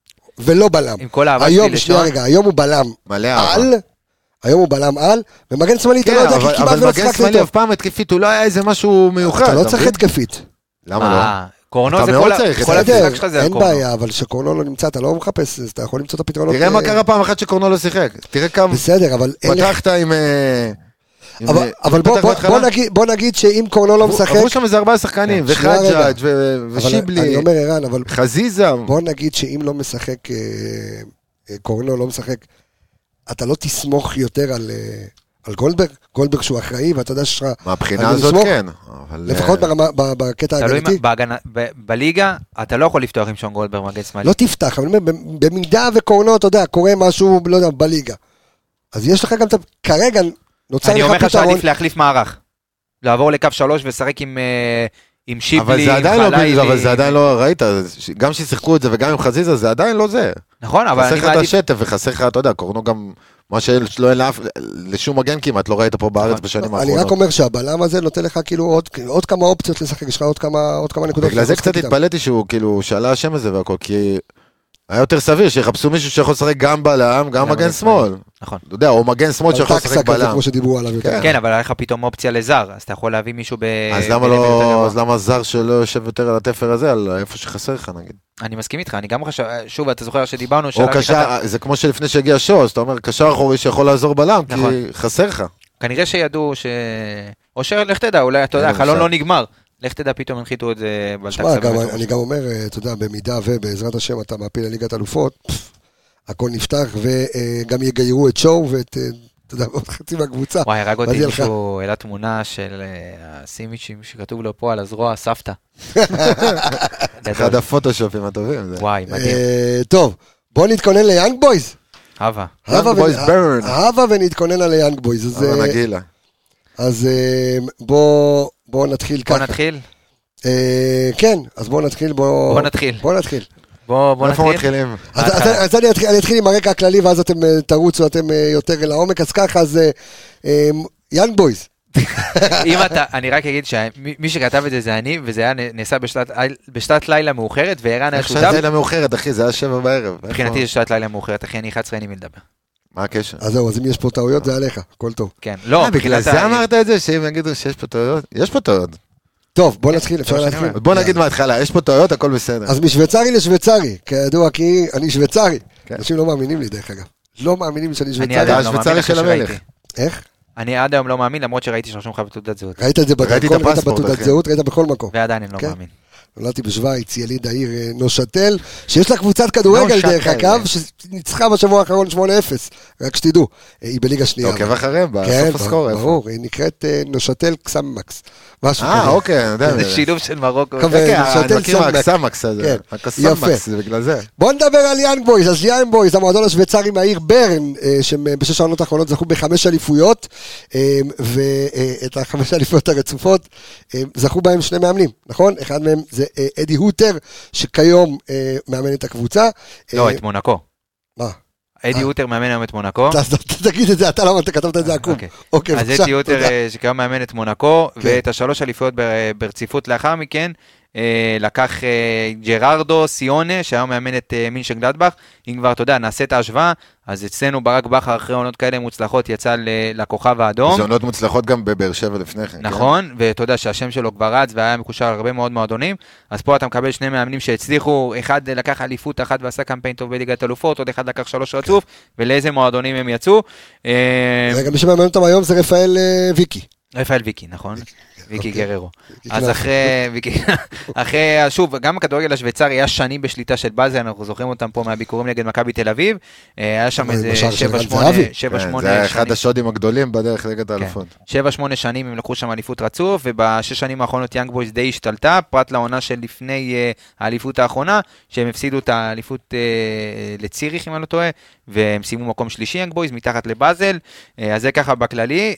ולא בלם. עם כל האהבה שלי לשון. רגע, היום הוא בלם על, היום הוא בלם על, ומגן שמאלי אתה לא יודע, כי כמעט ולא שחק אבל מגן שמאלי אף פעם התקפית, הוא לא היה איזה משהו מיוחד. אתה לא צריך התקפית. למה לא? קורנו זה כל המשחק שלך זה אין בעיה, אבל שקורנו לא נמצא, אתה לא מחפש, אז אתה יכול למצוא את הפתרונות. תראה מה קרה פעם אחת שקורנו לא שיחק. תראה כמה... בסדר, אבל... פתחת עם... אבל בוא נגיד שאם קורנו לא משחק... עברו שם איזה ארבעה שחקנים, וחג'אג' ושיבלי, אני אומר ערן, אבל... חזיזה. בוא נגיד שאם לא משחק, קורנו לא משחק, אתה לא תסמוך יותר על... על גולדברג, גולדברג שהוא אחראי, ואתה יודע שיש לך... מהבחינה הזאת כן. לפחות בקטע ההגנתי. בליגה, אתה לא יכול לפתוח עם שון גולדברג מגן שמאלי. לא תפתח, אבל במידה וקורנו, אתה יודע, קורה משהו, לא יודע, בליגה. אז יש לך גם את... כרגע נוצר לך פתרון... אני אומר לך שעדיף להחליף מערך. לעבור לקו שלוש ושחק עם... עם שיבלי, עם חלילי. אבל זה עדיין לא ראית, גם ששיחקו את זה וגם עם חזיזה, זה עדיין לא זה. נכון, אבל אני מעדיף... חסר לך את השטף וחסר לך, אתה יודע, קורנו גם... מה שלא אין לשום מגן כמעט, לא ראית פה בארץ בשנים האחרונות. אני רק אומר שהבלם הזה נותן לך כאילו עוד כמה אופציות לשחק, יש לך עוד כמה נקודות. בגלל זה קצת התפלאתי שהוא כאילו שאלה השם הזה והכל, כי היה יותר סביר שיחפשו מישהו שיכול לשחק גם בלם, גם מגן שמאל. נכון. אתה יודע, או מגן שמאל שיכול לשחק בלם. כמו שדיברו עליו יותר. כן, אבל היה לך פתאום אופציה לזר, אז אתה יכול להביא מישהו ב... אז למה זר שלא יושב יותר על התפר הזה, על איפה שחסר לך נגיד? אני מסכים איתך, אני גם חושב, שוב, אתה זוכר שדיברנו... או קשר, זה כמו שלפני שהגיע שו, אז אתה אומר, קשר אחורי שיכול לעזור בלם, כי חסר לך. כנראה שידעו ש... או שלך תדע, אולי, אתה יודע, החלון לא נגמר. לך תדע, פתאום הנחיתו את זה... שמע, אני גם אומר, אתה יודע, במידה ובעזרת השם אתה מעפיל לליגת אלופות, הכל נפתח, וגם יגיירו את שואו ואת, אתה יודע, עוד חצי מהקבוצה. וואי, הרג אותי מישהו, העלה תמונה של הסימיצ'ים שכתוב לו פה על הזרוע, סבתא. אחד הפוטושופים הטובים. וואי, מדהים. טוב, בוא נתכונן ליאנג בויז. הווה. הווה ונתכונן על ליאנג בויז. הווה נגילה. אז בוא נתחיל ככה. בוא נתחיל? כן, אז בוא נתחיל. בוא נתחיל. בוא נתחיל. בוא נתחיל. איפה מתחילים? אז אני אתחיל עם הרקע הכללי, ואז אתם תרוצו, אתם יותר לעומק, אז ככה, אז יאנג בויז. אם אתה, אני רק אגיד שמי שכתב את זה זה אני, וזה היה נעשה בשעת לילה מאוחרת, וערן היה שותף. בשעת לילה מאוחרת, אחי, זה היה שבע בערב. מבחינתי זה שעת לילה מאוחרת, אחי, אני אחד עשרה אין לי מי לדבר. מה הקשר? אז זהו, אז אם יש פה טעויות, זה עליך, הכל טוב. כן, לא, בגלל זה אמרת את זה, שאם יגידו שיש פה טעויות, יש פה טעויות. טוב, בוא נתחיל, אפשר להתחיל. בוא נגיד מההתחלה, יש פה טעויות, הכל בסדר. אז משוויצרי לשוויצרי, כידוע כי אני שוויצרי. אנשים לא מאמינים לי דרך אגב. לא מאמינים שאני שוויצרי. אני השוויצרי של המלך. איך? אני עד היום לא מאמין, למרות שראיתי שרשום לך בתעודת זהות. ראית את זה בדרכון, ראית בתעודת זהות, ראית בכל מקום. ועדיין אני לא מאמין. נולדתי בשוויץ, יליד העיר נושטל, שיש לה קבוצת כדורגל דרך אגב, שניצחה בשבוע האחרון שמונה אפס, רק שתדעו, היא בליגה שנייה. עוקב אחריהם, בסוף הסקור. כן, ברור, היא נקראת נושטל קסמקס. אה, אוקיי, אני יודע. זה שילוב של מרוקו. אני מכיר מהקסמקס הזה, הקסמקס, זה בגלל זה. בוא נדבר על יאנג בויז, אז יאנג בויז, המועדון השוויצרי מהעיר ברן, שהם בשש העונות האחרונות זכו בחמש אליפויות, ואת החמש אליפויות הרצופות, זכו בהם שני מאמנים, נכון? אחד מהם זה אדי הוטר, שכיום מאמן את הקבוצה. לא, את מונקו. מה? אדי הוטר מאמן היום את מונקו. תגיד את זה, אתה למה אתה כתבת את זה עקום. אז אדי הוטר שכיום מאמן את מונקו, ואת השלוש אליפויות ברציפות לאחר מכן, לקח ג'ררדו סיונה, שהיום מאמן את מינשן גלדבך. אם כבר, אתה יודע, נעשה את ההשוואה, אז אצלנו ברק בכר אחרי עונות כאלה מוצלחות יצא לכוכב האדום. זה עונות מוצלחות גם בבאר שבע לפני כן. נכון, ואתה יודע שהשם שלו כבר רץ והיה מקושר על הרבה מאוד מועדונים, אז פה אתה מקבל שני מאמנים שהצליחו, אחד לקח אליפות אחת ועשה קמפיין טוב בליגת אלופות, עוד אחד לקח שלוש רצוף, ולאיזה מועדונים הם יצאו. רגע, מי שמאמן אותם היום זה רפאל ויקי. רפאל ויקי, נכון. ויקי גררו. אז אחרי, אחרי, שוב, גם הכדורגל השוויצרי היה שנים בשליטה של באזל, אנחנו זוכרים אותם פה מהביקורים נגד מכבי תל אביב, היה שם איזה שבע שמונה שנים. זה היה אחד השודים הגדולים בדרך ליגת האלופות. שבע שמונה שנים הם לקחו שם אליפות רצוף, ובשש שנים האחרונות יאנג בויז די השתלטה, פרט לעונה של לפני האליפות האחרונה, שהם הפסידו את האליפות לציריך, אם אני לא טועה, והם סיימו מקום שלישי יאנג בויז, מתחת לבאזל, אז זה ככה בכללי.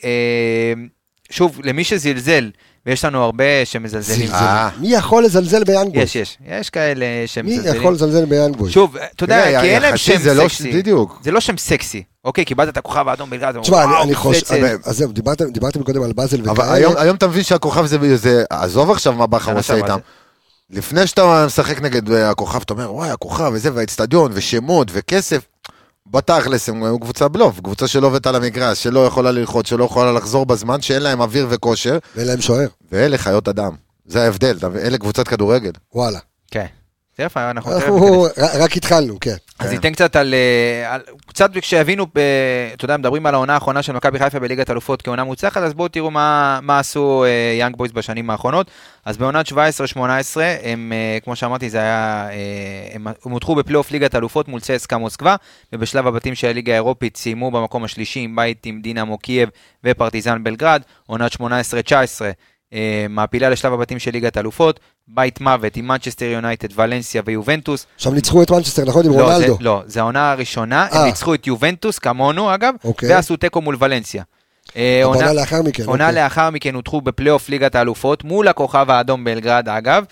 שוב, למי שזלזל, ויש לנו הרבה שמזלזלים. מי יכול לזלזל ביאנג בויז? יש, יש. יש כאלה שמזלזלים. מי יכול לזלזל ביאנג בויז? שוב, אתה יודע, כי אין להם שם סקסי. בדיוק. זה לא שם סקסי. אוקיי, קיבלת את הכוכב האדום בלגרד. תשמע, אני חושב, אז זהו, דיברתם קודם על באזל וכאלה. היום אתה מבין שהכוכב זה, עזוב עכשיו מה בכר עושה איתם. לפני שאתה משחק נגד הכוכב, אתה אומר, וואי, הכוכב וזה, והאצטדיון, ושמות, וכסף. בתכלס, הם קבוצה בלוף, קבוצה שלא עובדת על המגרש, שלא יכולה ללחוץ, שלא יכולה לחזור בזמן, שאין להם אוויר וכושר. ואין להם שוער. ואלה חיות אדם. זה ההבדל, אלה קבוצת כדורגל. וואלה. כן. זה יפה, אנחנו... רק התחלנו, כן. אז ניתן קצת על... קצת כשהבינו, אתה יודע, מדברים על העונה האחרונה של מכבי חיפה בליגת אלופות כעונה מוצלחת, אז בואו תראו מה עשו יאנג בויז בשנים האחרונות. אז בעונת שבע עשרה שמונה עשרה, הם, כמו שאמרתי, זה היה... הם הודחו בפלייאוף ליגת אלופות מול צסקה מוסקבה, ובשלב הבתים של הליגה האירופית סיימו במקום השלישי עם בית עם דינמו קייב ופרטיזן בלגרד. עונת שמונה עשרה תשע עשרה, מעפילה לשלב הבתים של ליגת אלופות, בית מוות עם מנצ'סטר יונייטד, ולנסיה ויובנטוס. עכשיו ניצחו את מנצ'סטר, נכון? עם רונלדו. לא, זה העונה הראשונה, הם ניצחו את יובנטוס, כמונו אגב, ועשו טקו מול ולנסיה. עונה לאחר מכן. עונה לאחר מכן הודחו בפלייאוף ליגת האלופות, מול הכוכב האדום בלגרד אגב,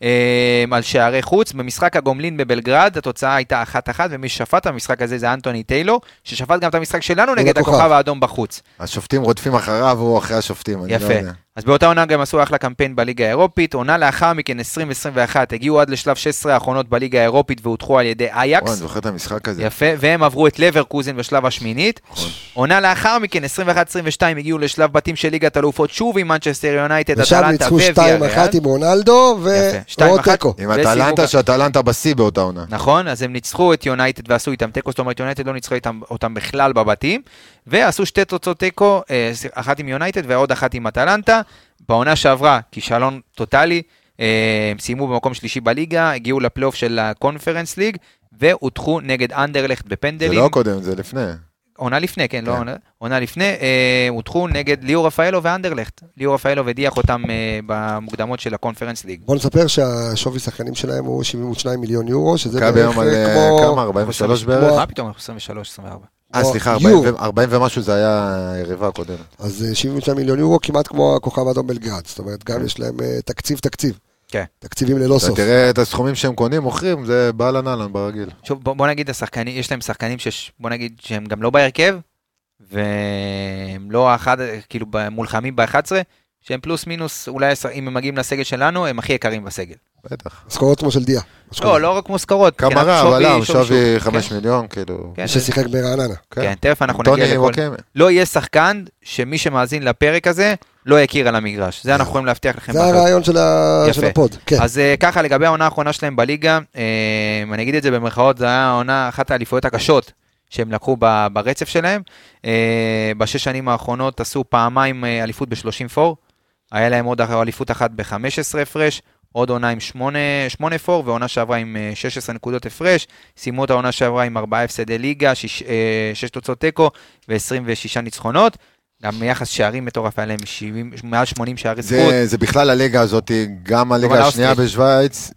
על שערי חוץ, במשחק הגומלין בבלגרד, התוצאה הייתה אחת אחת, ומי ששפט במשחק הזה זה אנטוני טיילור, ששפט גם את המשחק שלנו נגד הכוכב האדום בחוץ. השופטים רודפים אחריו, הוא אחרי השופטים. יפה. אז באותה עונה גם עשו אחלה קמפיין בליגה האירופית, עונה לאחר מכן עשרים עשרים ואחת, הגיעו עד לשלב שש עשרה האחרונות בליגה האירופית, והודחו על ידי אייקס. אני זוכר את המשחק הזה. יפה, והם עברו את לברקוזן בשלב השמינית. עונה לאחר מכן עשרים ואחת עשרים ושתיים הגיעו לשלב בתים של ליגת אלופות, שוב עם מנצ'סטר יונייטד, אטלנטה ושם ניצחו שתיים אחת עם רונלדו או טקו. עם אטלנטה שאטלנטה בשיא באותה עונה. נכון, אז הם ניצחו את יונייטד ועשו איתם טקו, זאת אומרת יונייטד לא ניצחו אותם בכלל בבתים, ועשו שתי תוצאות טקו, אחת עם יונייטד ועוד אחת עם אטלנטה. בעונה שעברה, כישלון טוטלי, הם סיימו במקום שלישי בליגה, הגיעו לפלייאוף של הקונפרנס ליג, והודחו נגד אנדרלכט בפנדלים. זה לא קודם, זה לפני. עונה לפני, כן, לא עונה לפני, הודחו נגד ליאור רפאלו ואנדרלכט. ליאור רפאלו ודיח אותם במוקדמות של הקונפרנס ליג. בוא נספר שהשווי שחקנים שלהם הוא שבעים ושניים מיליון יורו, שזה בערך כמו... כמה, ארבעים ושלוש בערך? מה פתאום, עשרים ושלוש עשרים וארבע. אה, סליחה, ארבעים ומשהו זה היה יריבה הקודמת. אז שבעים ושניים מיליון יורו כמעט כמו הכוכב האדום בלגרד, זאת אומרת, גם יש להם תקציב תקציב. כן. תקציבים ללא סוף. תראה את הסכומים שהם קונים, מוכרים, זה בעל הנהלן ברגיל. שוב, בוא נגיד, השחקנים, יש להם שחקנים שבוא נגיד שהם גם לא בהרכב, והם לא אחד, כאילו מולחמים ב-אחת עשרה, שהם פלוס מינוס, אולי אם הם מגיעים לסגל שלנו, הם הכי יקרים בסגל. בטח. משכורות כמו של דיה. לא, לא רק מושכרות. קמרה, אבל שווי חמש מיליון, כאילו. ששיחק ברעננה. כן, תכף אנחנו נגיע לכל. לא יהיה שחקן שמי שמאזין לפרק הזה לא יכיר על המגרש. זה אנחנו יכולים להבטיח לכם. זה הרעיון של הפוד. אז ככה, לגבי העונה האחרונה שלהם בליגה, אני אגיד את זה במרכאות, זה היה העונה, אחת האליפויות הקשות שהם לקחו ברצף שלהם. בשש שנים האחרונות עשו פעמיים אליפות ב-שלושים פור, היה להם עוד אליפות אחת ב-חמש עשרה הפרש, עוד עונה עם שמונה פור, ועונה שעברה עם שש עשרה נקודות הפרש, סיימו את העונה שעברה עם ארבעה הפסדי ליגה, שש תוצאות תיקו, ו-עשרים ושש ניצחונות, גם מיחס שערים מטורף, היה להם מעל שמונים שערי זכות. זה בכלל הליגה הזאת, גם הליגה השנייה בשוויץ,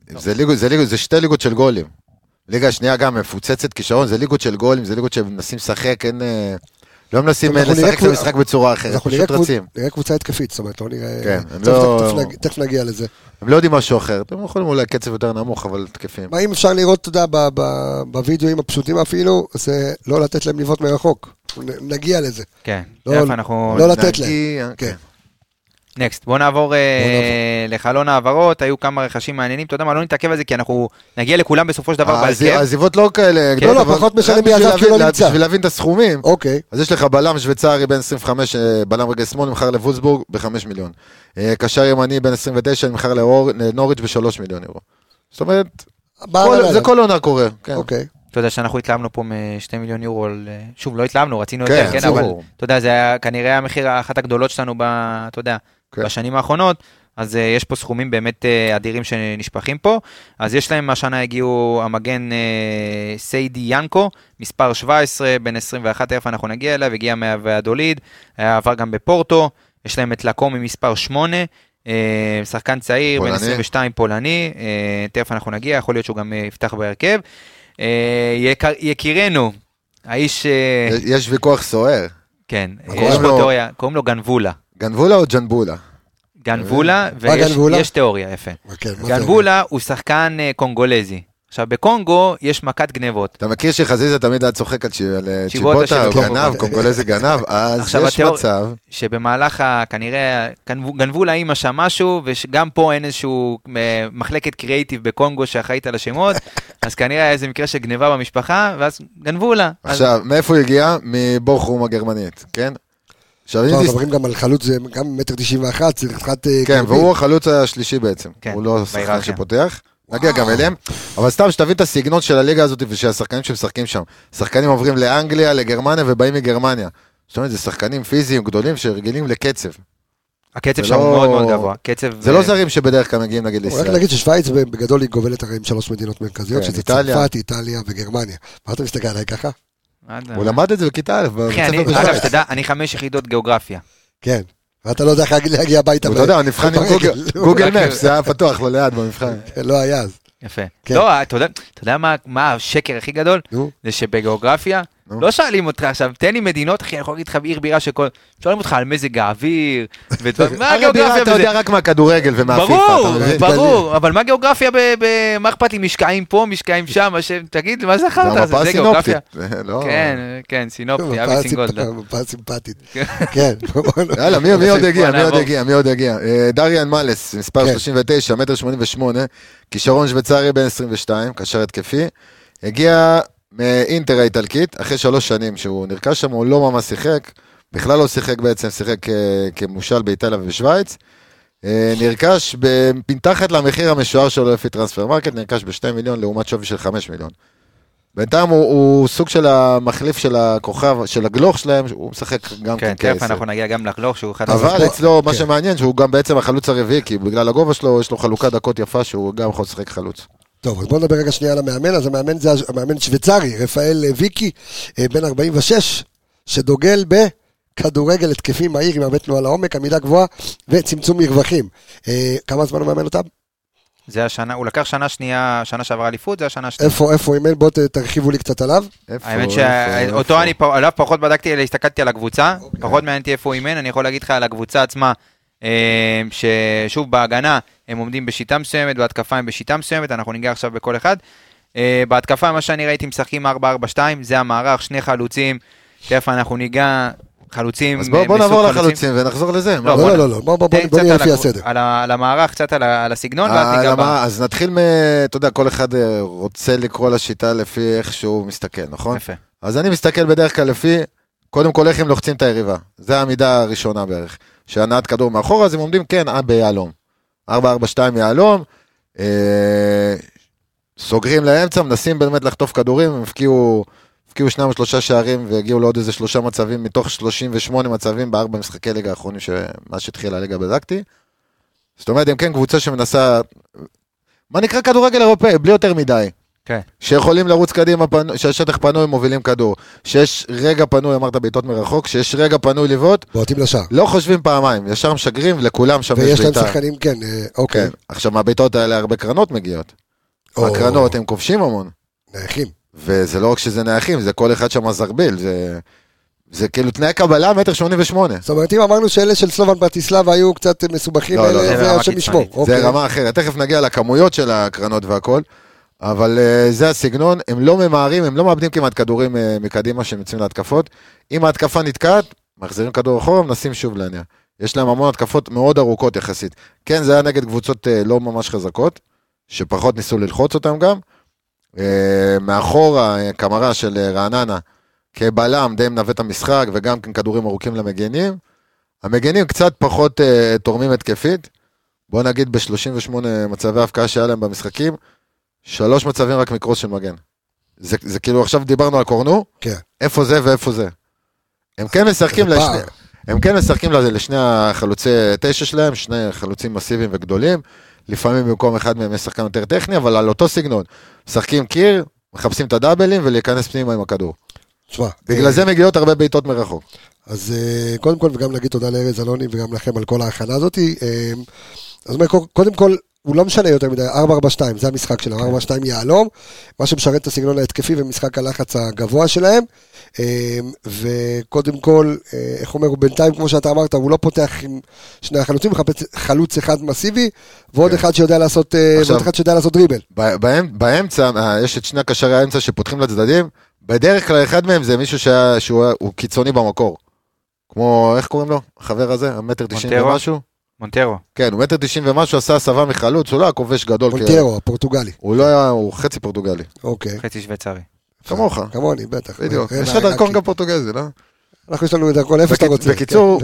זה שתי ליגות של גולים. ליגה השנייה גם מפוצצת כישרון, זה ליגות של גולים, זה ליגות שמנסים לשחק, אין... לא מנסים לשחק את המשחק בצורה אחרת, פשוט רצים. נראה קבוצה התקפית, זאת אומרת, לא נראה... כן, תכף נגיע לזה. הם לא יודעים משהו אחר, אתם יכולים אולי קצב יותר נמוך, אבל תקפים. מה אם אפשר לראות, אתה יודע, בווידאוים הפשוטים אפילו, זה לא לתת להם לבעוט מרחוק. נגיע לזה. כן, תכף אנחנו... לא לתת להם. כן. נקסט, בואו נעבור לחלון העברות, היו כמה רכשים מעניינים, אתה יודע מה, לא נתעכב על זה, כי אנחנו נגיע לכולם בסופו של דבר בהרכב. העזיבות לא כאלה גדולות, לא, פחות משנה מי עזב כי לא נמצא. בשביל להבין את הסכומים, אוקיי. אז יש לך בלם שוויצרי בין עשרים וחמש, בלם רגל שמאל, נמחר לוולסבורג ב-חמישה מיליון. קשר ימני בין עשרים ותשע, נמחר לנוריץ' ב-שלושה מיליון אירו. זאת אומרת, זה כל עונה קורה. אוקיי. אתה יודע שאנחנו התלמנו פה משתי מיליון יורו, שוב, לא התלמנו, רצינו יותר, כן, אבל אתה יודע, זה היה כנראה המחיר אחת הגדולות שלנו, אתה יודע, בשנים האחרונות, אז יש פה סכומים באמת אדירים שנשפכים פה, אז יש להם השנה הגיעו המגן סיידי ינקו, מספר שבע עשרה, בין עשרים ואחת, איפה אנחנו נגיע אליו, הגיע מהוועדוליד, עבר גם בפורטו, יש להם את לקומי מספר שמונה, שחקן צעיר, בין עשרים ושתיים פולני, תכף אנחנו נגיע, יכול להיות שהוא גם יפתח בהרכב, יקירנו, האיש... יש ויכוח סוער. כן, יש פה תיאוריה, קוראים לו גנבולה. גנבולה או ג'נבולה? גנבולה, ויש תיאוריה, יפה. גנבולה הוא שחקן קונגולזי. עכשיו, בקונגו יש מכת גנבות. אתה מכיר שחזיזה תמיד היה צוחק על צ'יבוטה, הוא גנב, קונגולזי גנב, אז יש מצב. שבמהלך, כנראה, גנבו לאמא שם משהו, וגם פה אין איזשהו מחלקת קריאיטיב בקונגו שאחראית על השמות, אז כנראה היה איזה מקרה של גנבה במשפחה, ואז גנבו לה. עכשיו, מאיפה הוא הגיע? מבוכרום הגרמנית, כן? אנחנו מדברים גם על חלוץ, זה גם מטר תשעים ואחת, צריך אחת... כן, והוא החלוץ השלישי בעצם, הוא לא שחקן שפותח. נגיע גם אליהם, אבל סתם שתבין את הסגנון של הליגה הזאת ושהשחקנים שמשחקים שם, שחקנים עוברים לאנגליה, לגרמניה ובאים מגרמניה. זאת אומרת, זה שחקנים פיזיים גדולים שרגילים לקצב. הקצב שם הוא מאוד מאוד גבוה. זה לא זרים שבדרך כלל מגיעים נגיד לישראל. רק להגיד ששוויץ בגדול היא גובלת הרי עם שלוש מדינות מרכזיות, שזה צרפת, איטליה וגרמניה. מה אתה מסתכל עליי ככה? הוא למד את זה בכיתה א', אגב, שתדע, אני חמש יחידות גיאוגרפיה. כן. ואתה לא יודע איך להגיע הביתה. אתה יודע, נבחן עם גוגל מפס, זה היה פתוח, לא ליד במבחן. לא היה אז. יפה. לא, אתה יודע מה השקר הכי גדול? זה שבגיאוגרפיה, לא שואלים אותך עכשיו, תן לי מדינות, אחי, אני יכול להגיד לך בעיר בירה שכל... שואלים אותך על מזג האוויר, מה הגיאוגרפיה? אתה יודע רק מהכדורגל ומהפיפה. ברור, ברור, אבל מה גיאוגרפיה, מה אכפת לי, משקעים פה, משקעים שם, תגיד, מה זה אחרת? זה גיאוגרפיה. כן, כן, סינופטי, אבי סינגולדה. מפה סימפטית. כן. יאללה, מי עוד הגיע? מי עוד הגיע? מי עוד הגיע? דריאן מאלס, מספר שלושים ותשע, מטר שמונים ושמונה, כישרון שוויצרי בין עשרים ושתיים, קשר התקפי. הגיע מאינטר האיטלקית, אחרי שלוש שנים שהוא נרכש שם, הוא לא ממש שיחק, בכלל לא שיחק בעצם, שיחק כמושל באיטליה ובשוויץ, נרכש בפינתחת למחיר המשוער שלו לפי טרנספר מרקט, נרכש בשתי מיליון לעומת שווי של חמש מיליון. בינתיים הוא, הוא סוג של המחליף של הכוכב, של הגלוך שלהם, הוא משחק גם כן, כעשר. תכף אנחנו נגיע גם לגלוך שהוא אחד... אבל אצלו, מה שמעניין, שהוא גם בעצם החלוץ הרביעי, כי בגלל הגובה שלו, יש לו חלוקה דקות יפה, שהוא גם יכול לשחק חלוץ. טוב, אז בואו נדבר רגע שנייה על המאמן, אז המאמן זה המאמן שוויצרי, רפאל ויקי, בן ארבעים ושש, שדוגל בכדורגל התקפי מהיר, עם הרבה תנועה לעומק, עמידה גבוהה וצמצום מרווחים. כמה זמן הוא מאמן אותם? זה השנה, הוא לקח שנה שנייה, שנה שעברה אליפות, זה השנה שנייה. איפה, איפה אימן? בואו תרחיבו לי קצת עליו. האמת שאותו אני, עליו פחות בדקתי, הסתכלתי על הקבוצה, פחות מעניינתי איפה הוא אימן, אני יכול להגיד לך על הקבוצה עצמה, ששוב בהגנה הם עומדים בשיטה מסוימת, בהתקפה הם בשיטה מסוימת, אנחנו ניגע עכשיו בכל אחד. בהתקפה מה שאני ראיתי משחקים ארבע ארבע שתיים, זה המערך, שני חלוצים, תכף אנחנו ניגע, חלוצים אז בואו נעבור לחלוצים ונחזור לזה. לא, לא, לא, בואו נהיה לפי הסדר. על המערך, קצת על הסגנון, ואז ניגע בה. אז נתחיל מ... אתה יודע, כל אחד רוצה לקרוא לשיטה לפי איך שהוא מסתכל, נכון? יפה. אז אני מסתכל בדרך כלל לפי, קודם כל איך הם לוחצים את היריבה. זה העמידה הראשונה בערך. שהנעת כדור מאחורה, אז הם עומדים, כן, ביעלום. ארבע ארבע שתיים יעלום, סוגרים לאמצע, מנסים באמת לחטוף כדורים, הם הפקיעו... הפקיעו שניים או שלושה שערים, והגיעו לעוד איזה שלושה מצבים, מתוך שלושים ושמונה מצבים, בארבע משחקי ליגה האחרונים, מה שהתחיל הליגה בדקתי. זאת אומרת, הם כן קבוצה שמנסה, מה נקרא כדורגל אירופאי, בלי יותר מדי. כן. שיכולים לרוץ קדימה, שהשטח פנוי, הם מובילים כדור. שיש רגע פנוי, אמרת בעיטות מרחוק, שיש רגע פנוי לבעוט, בועטים לשער. לא חושבים פעמיים, ישר משגרים, לכולם שם יש בעיטה. ויש להם שחקנים, כן, אוקיי. עכשיו, מהבעיטות האלה הרבה קרנות מגיעות. הקרנות, הם כובשים המון. נייחים. וזה לא רק שזה נייחים, זה כל אחד שם זרביל, זה, זה כאילו תנאי קבלה, מטר שמונים ושמונה. זאת אומרת, אם אמרנו שאלה של סלובן ברטיסלבה היו קצת מסובכים, לא, לא, זה, זה השם ישמור. זה רמה אחרת, תכף נגיע לכמויות של הקרנות והכל, אבל uh, זה הסגנון, הם לא ממהרים, הם לא מאבדים כמעט כדורים uh, מקדימה שהם יוצאים להתקפות, אם ההתקפה נתקעת, מחזירים כדור אחורה, מנסים שוב להניע. יש להם המון התקפות מאוד ארוכות יחסית. כן, זה היה נגד קבוצות uh, לא ממש חזקות, שפחות ניסו ללחוץ אותם גם, מאחור הקמרה של רעננה כבלם די מנווט את המשחק וגם כן כדורים ארוכים למגנים. המגנים קצת פחות uh, תורמים התקפית, בוא נגיד ב-שלושים ושמונה מצבי הפקעה שהיה להם במשחקים, שלוש מצבים רק מקרוס של מגן. זה, זה כאילו עכשיו דיברנו על קורנו, כן. איפה זה ואיפה זה. הם כן משחקים לשני, הם כן משחקים לשני החלוצי תשע שלהם, שני חלוצים מסיביים וגדולים, לפעמים במקום אחד מהם משחקן יותר טכני, אבל על אותו סגנון. משחקים קיר, מחפשים את הדאבלים ולהיכנס פנימה עם הכדור. שמה, בגלל זה מגיעות הרבה בעיטות מרחוק. אז קודם כל, וגם נגיד תודה לארז אלוני וגם לכם על כל ההכנה הזאת. אז קודם כל, הוא לא משנה יותר מדי, ארבע ארבע שתיים, זה המשחק שלהם, ארבע ארבע שתיים יעלום, מה שמשרת את הסגנון ההתקפי ומשחק הלחץ הגבוה שלהם, וקודם כל, איך אומר, הוא בינתיים, כמו שאתה אמרת, הוא לא פותח עם שני החלוצים, מחפש חלוץ אחד מסיבי, ועוד אחד שיודע לעשות, ועוד אחד שיודע לעשות דריבל. באמצע, יש את שני הקשרי האמצע שפותחים לצדדים, בדרך כלל אחד מהם זה מישהו שהוא קיצוני במקור, כמו, איך קוראים לו? החבר הזה, המטר תשעים ומשהו? מונטרו. כן, הוא מטר תשעים ומשהו, עשה הסבה מחלוץ, הוא לא היה כובש גדול. מונטרו, הפורטוגלי. הוא לא היה, הוא חצי פורטוגלי. אוקיי. חצי שוויצרי. כמוך. כמוני, בטח. בדיוק. יש לך דרכון גם פורטוגזי, לא? אנחנו יש לנו דרכון איפה שאתה רוצה. בקיצור,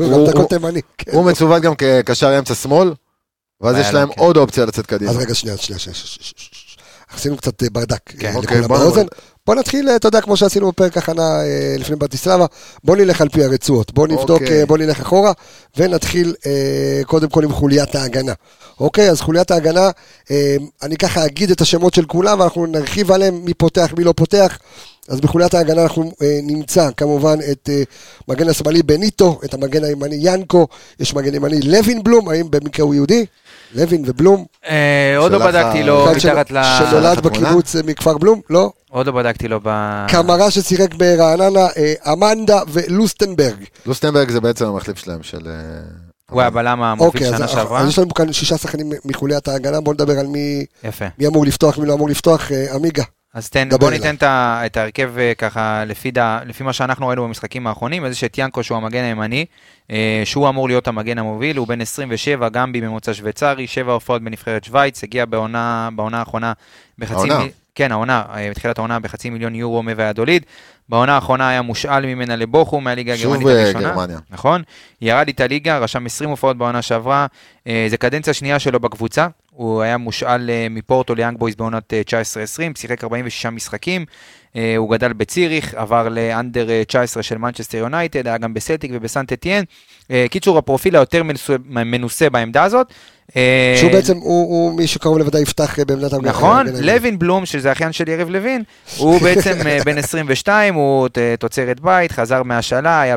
הוא מצוות גם כקשר אמצע שמאל, ואז יש להם עוד אופציה לצאת קדימה. אז רגע, שנייה, שנייה, שנייה. עשינו קצת ברדק לכולם באוזן. בוא נתחיל, אתה יודע, כמו שעשינו בפרק הכנה לפני ברטיסלבה, בוא נלך על פי הרצועות, בוא נבדוק, בוא נלך אחורה, ונתחיל קודם כל עם חוליית ההגנה. אוקיי, אז חוליית ההגנה, אני ככה אגיד את השמות של כולם, ואנחנו נרחיב עליהם מי פותח, מי לא פותח. אז בחוליית ההגנה אנחנו נמצא כמובן את מגן השמאלי בניטו, את המגן הימני ינקו, יש מגן ימני לוין בלום, האם במקרה הוא יהודי? לוין ובלום. עוד לא בדקתי לו מתחת ל... שנולד בקיבוץ מכפר בלום, לא? עוד לא בדקתי לו ב... קמרה ששיחק ברעננה, אמנדה ולוסטנברג. לוסטנברג זה בעצם המחליף שלהם של... הוא היה בלם המוביל שנה שעברה. אז יש לנו כאן שישה שחקנים מחוליית ההגנה, בואו נדבר על מי אמור לפתוח, מי לא אמור לפתוח, עמיגה. אז תן, בוא ניתן את ההרכב ככה, לפי, דה, לפי מה שאנחנו ראינו במשחקים האחרונים, איזה שאת ינקו שהוא המגן הימני, שהוא אמור להיות המגן המוביל, הוא בן עשרים ושבע, גם בממוצע שוויצרי, שבע הופעות בנבחרת שוויץ, הגיע בעונה, בעונה האחרונה בחצי... העונה? מ... כן, העונה, בתחילת העונה בחצי מיליון יורו מויאדוליד, בעונה האחרונה היה מושאל ממנה לבוכו, מהליגה הגרמנית הראשונה. גרמניה. נכון? ירד איתה ליגה, רשם עשרים הופעות בעונה שעברה, זה קדנציה שנייה שלו בקבוצה, הוא היה מושאל מפורטו ליאנג בויז בעונת תשע עשרה עשרים, שיחק ארבעים ושישה משחקים, הוא גדל בציריך, עבר לאנדר תשע עשרה של מנצ'סטר יונייטד, היה גם בסלטיק ובסנט אתיין, קיצור הפרופיל היותר מנוסה בעמדה הזאת. שהוא בעצם, הוא מי שקרוב לוודאי יפתח בעמדת המגן. נכון, לוין בלום, שזה אחיין של יריב לוין, הוא בעצם בן עשרים ושתיים, הוא תוצרת בית, חזר מהשאלה, היה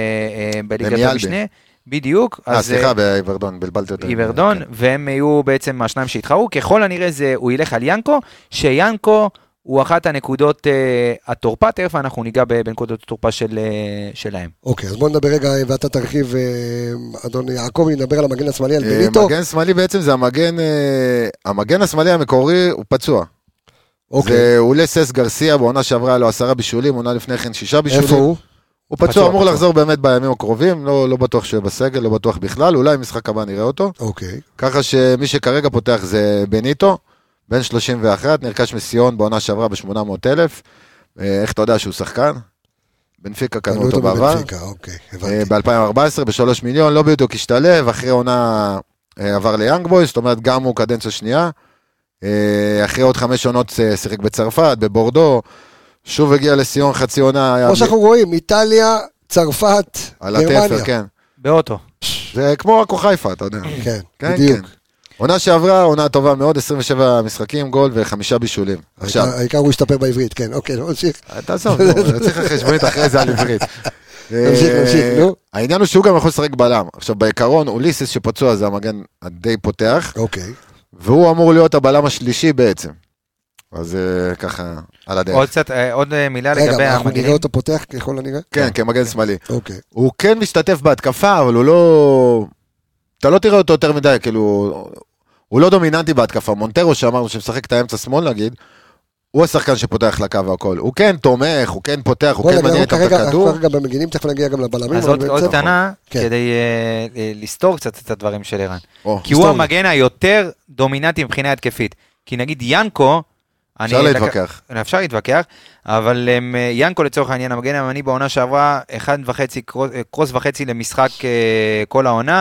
בליגת המשנה. בדיוק. אה, סליחה, באיברדון, בלבלתי יותר. איברדון, והם היו בעצם השניים שהתחרו, ככל הנראה זה, הוא ילך על ינקו, שיאנקו הוא אחת הנקודות התורפה, תכף אנחנו ניגע בנקודות התורפה שלהם. אוקיי, אז בוא נדבר רגע, ואתה תרחיב, אדון יעקב, נדבר על המגן השמאלי, על בניטו. המגן השמאלי בעצם זה המגן, המגן השמאלי המקורי הוא פצוע. זה אולי סס גרסיה, בעונה שעברה לו עשרה בישולים, עונה לפני כן שישה בישולים. איפה הוא? הוא פצוע, אמור לחזור באמת בימים הקרובים, לא, לא בטוח שהוא יהיה בסגל, לא בטוח בכלל, אולי משחק הבא נראה אותו. אוקיי. ככה שמי שכרגע פותח זה בניטו, בן שלושים ואחת, נרכש מסיון בעונה שעברה ב-שמונה מאות אלף. איך אתה יודע שהוא שחקן? בנפיקה קנו אותו בעבר. בנפיקה, אוקיי, הבנתי. ב-אלפיים וארבע עשרה, בשלוש מיליון, לא בדיוק השתלב, אחרי עונה עבר ליאנג בויז, זאת אומרת גם הוא קדנציה שנייה. אחרי עוד חמש עונות שיחק בצרפת, בבורדו, שוב הגיע לסיון חצי עונה. כמו שאנחנו רואים, איטליה, צרפת, גרמניה. על התפר, כן. באוטו. זה כמו אקו חיפה, אתה יודע. כן, כן, בדיוק. כן. עונה שעברה, עונה טובה מאוד, עשרים ושבעה משחקים, גול וחמישה בישולים. עכשיו. העיקר הוא ישתפר בעברית, כן, אוקיי, נמשיך. תעזוב, נו, צריך חשבונית אחרי זה על עברית. נמשיך, נמשיך, נו. העניין הוא שהוא גם יכול לשחק בלם. עכשיו, בעיקרון, אוליסיס שפצוע זה המגן הדי פותח. אוקיי. והוא אמור להיות הבלם השלישי בעצם. אז ככה, על הדרך. עוד קצת, עוד מילה לגבי המגנים. רגע, אנחנו נראה אותו פותח ככל הנראה? כן, כמגן שמאלי. אוקיי. הוא כן משתתף בהתקפה, אבל הוא לא... אתה לא תראה אותו יותר מדי, כאילו... הוא לא דומיננטי בהתקפה. מונטרו שאמרנו שמשחק את האמצע שמאל, נגיד, הוא השחקן שפותח לקו והכל. הוא כן תומך, הוא כן פותח, הוא כן מניע את הכדור. אנחנו כרגע במגינים, תכף נגיע גם לבלמים. אז עוד קטנה, כדי לסתור קצת את הדברים של ערן. כי הוא המגן היותר דומיננטי מבחינה התקפית. כי נגיד ינקו, אפשר להתווכח. אפשר להתווכח, אבל ינקו לצורך העניין, המגן הימני בעונה שעברה, אחד וחצי, קרוס וחצי למשחק כל העונה,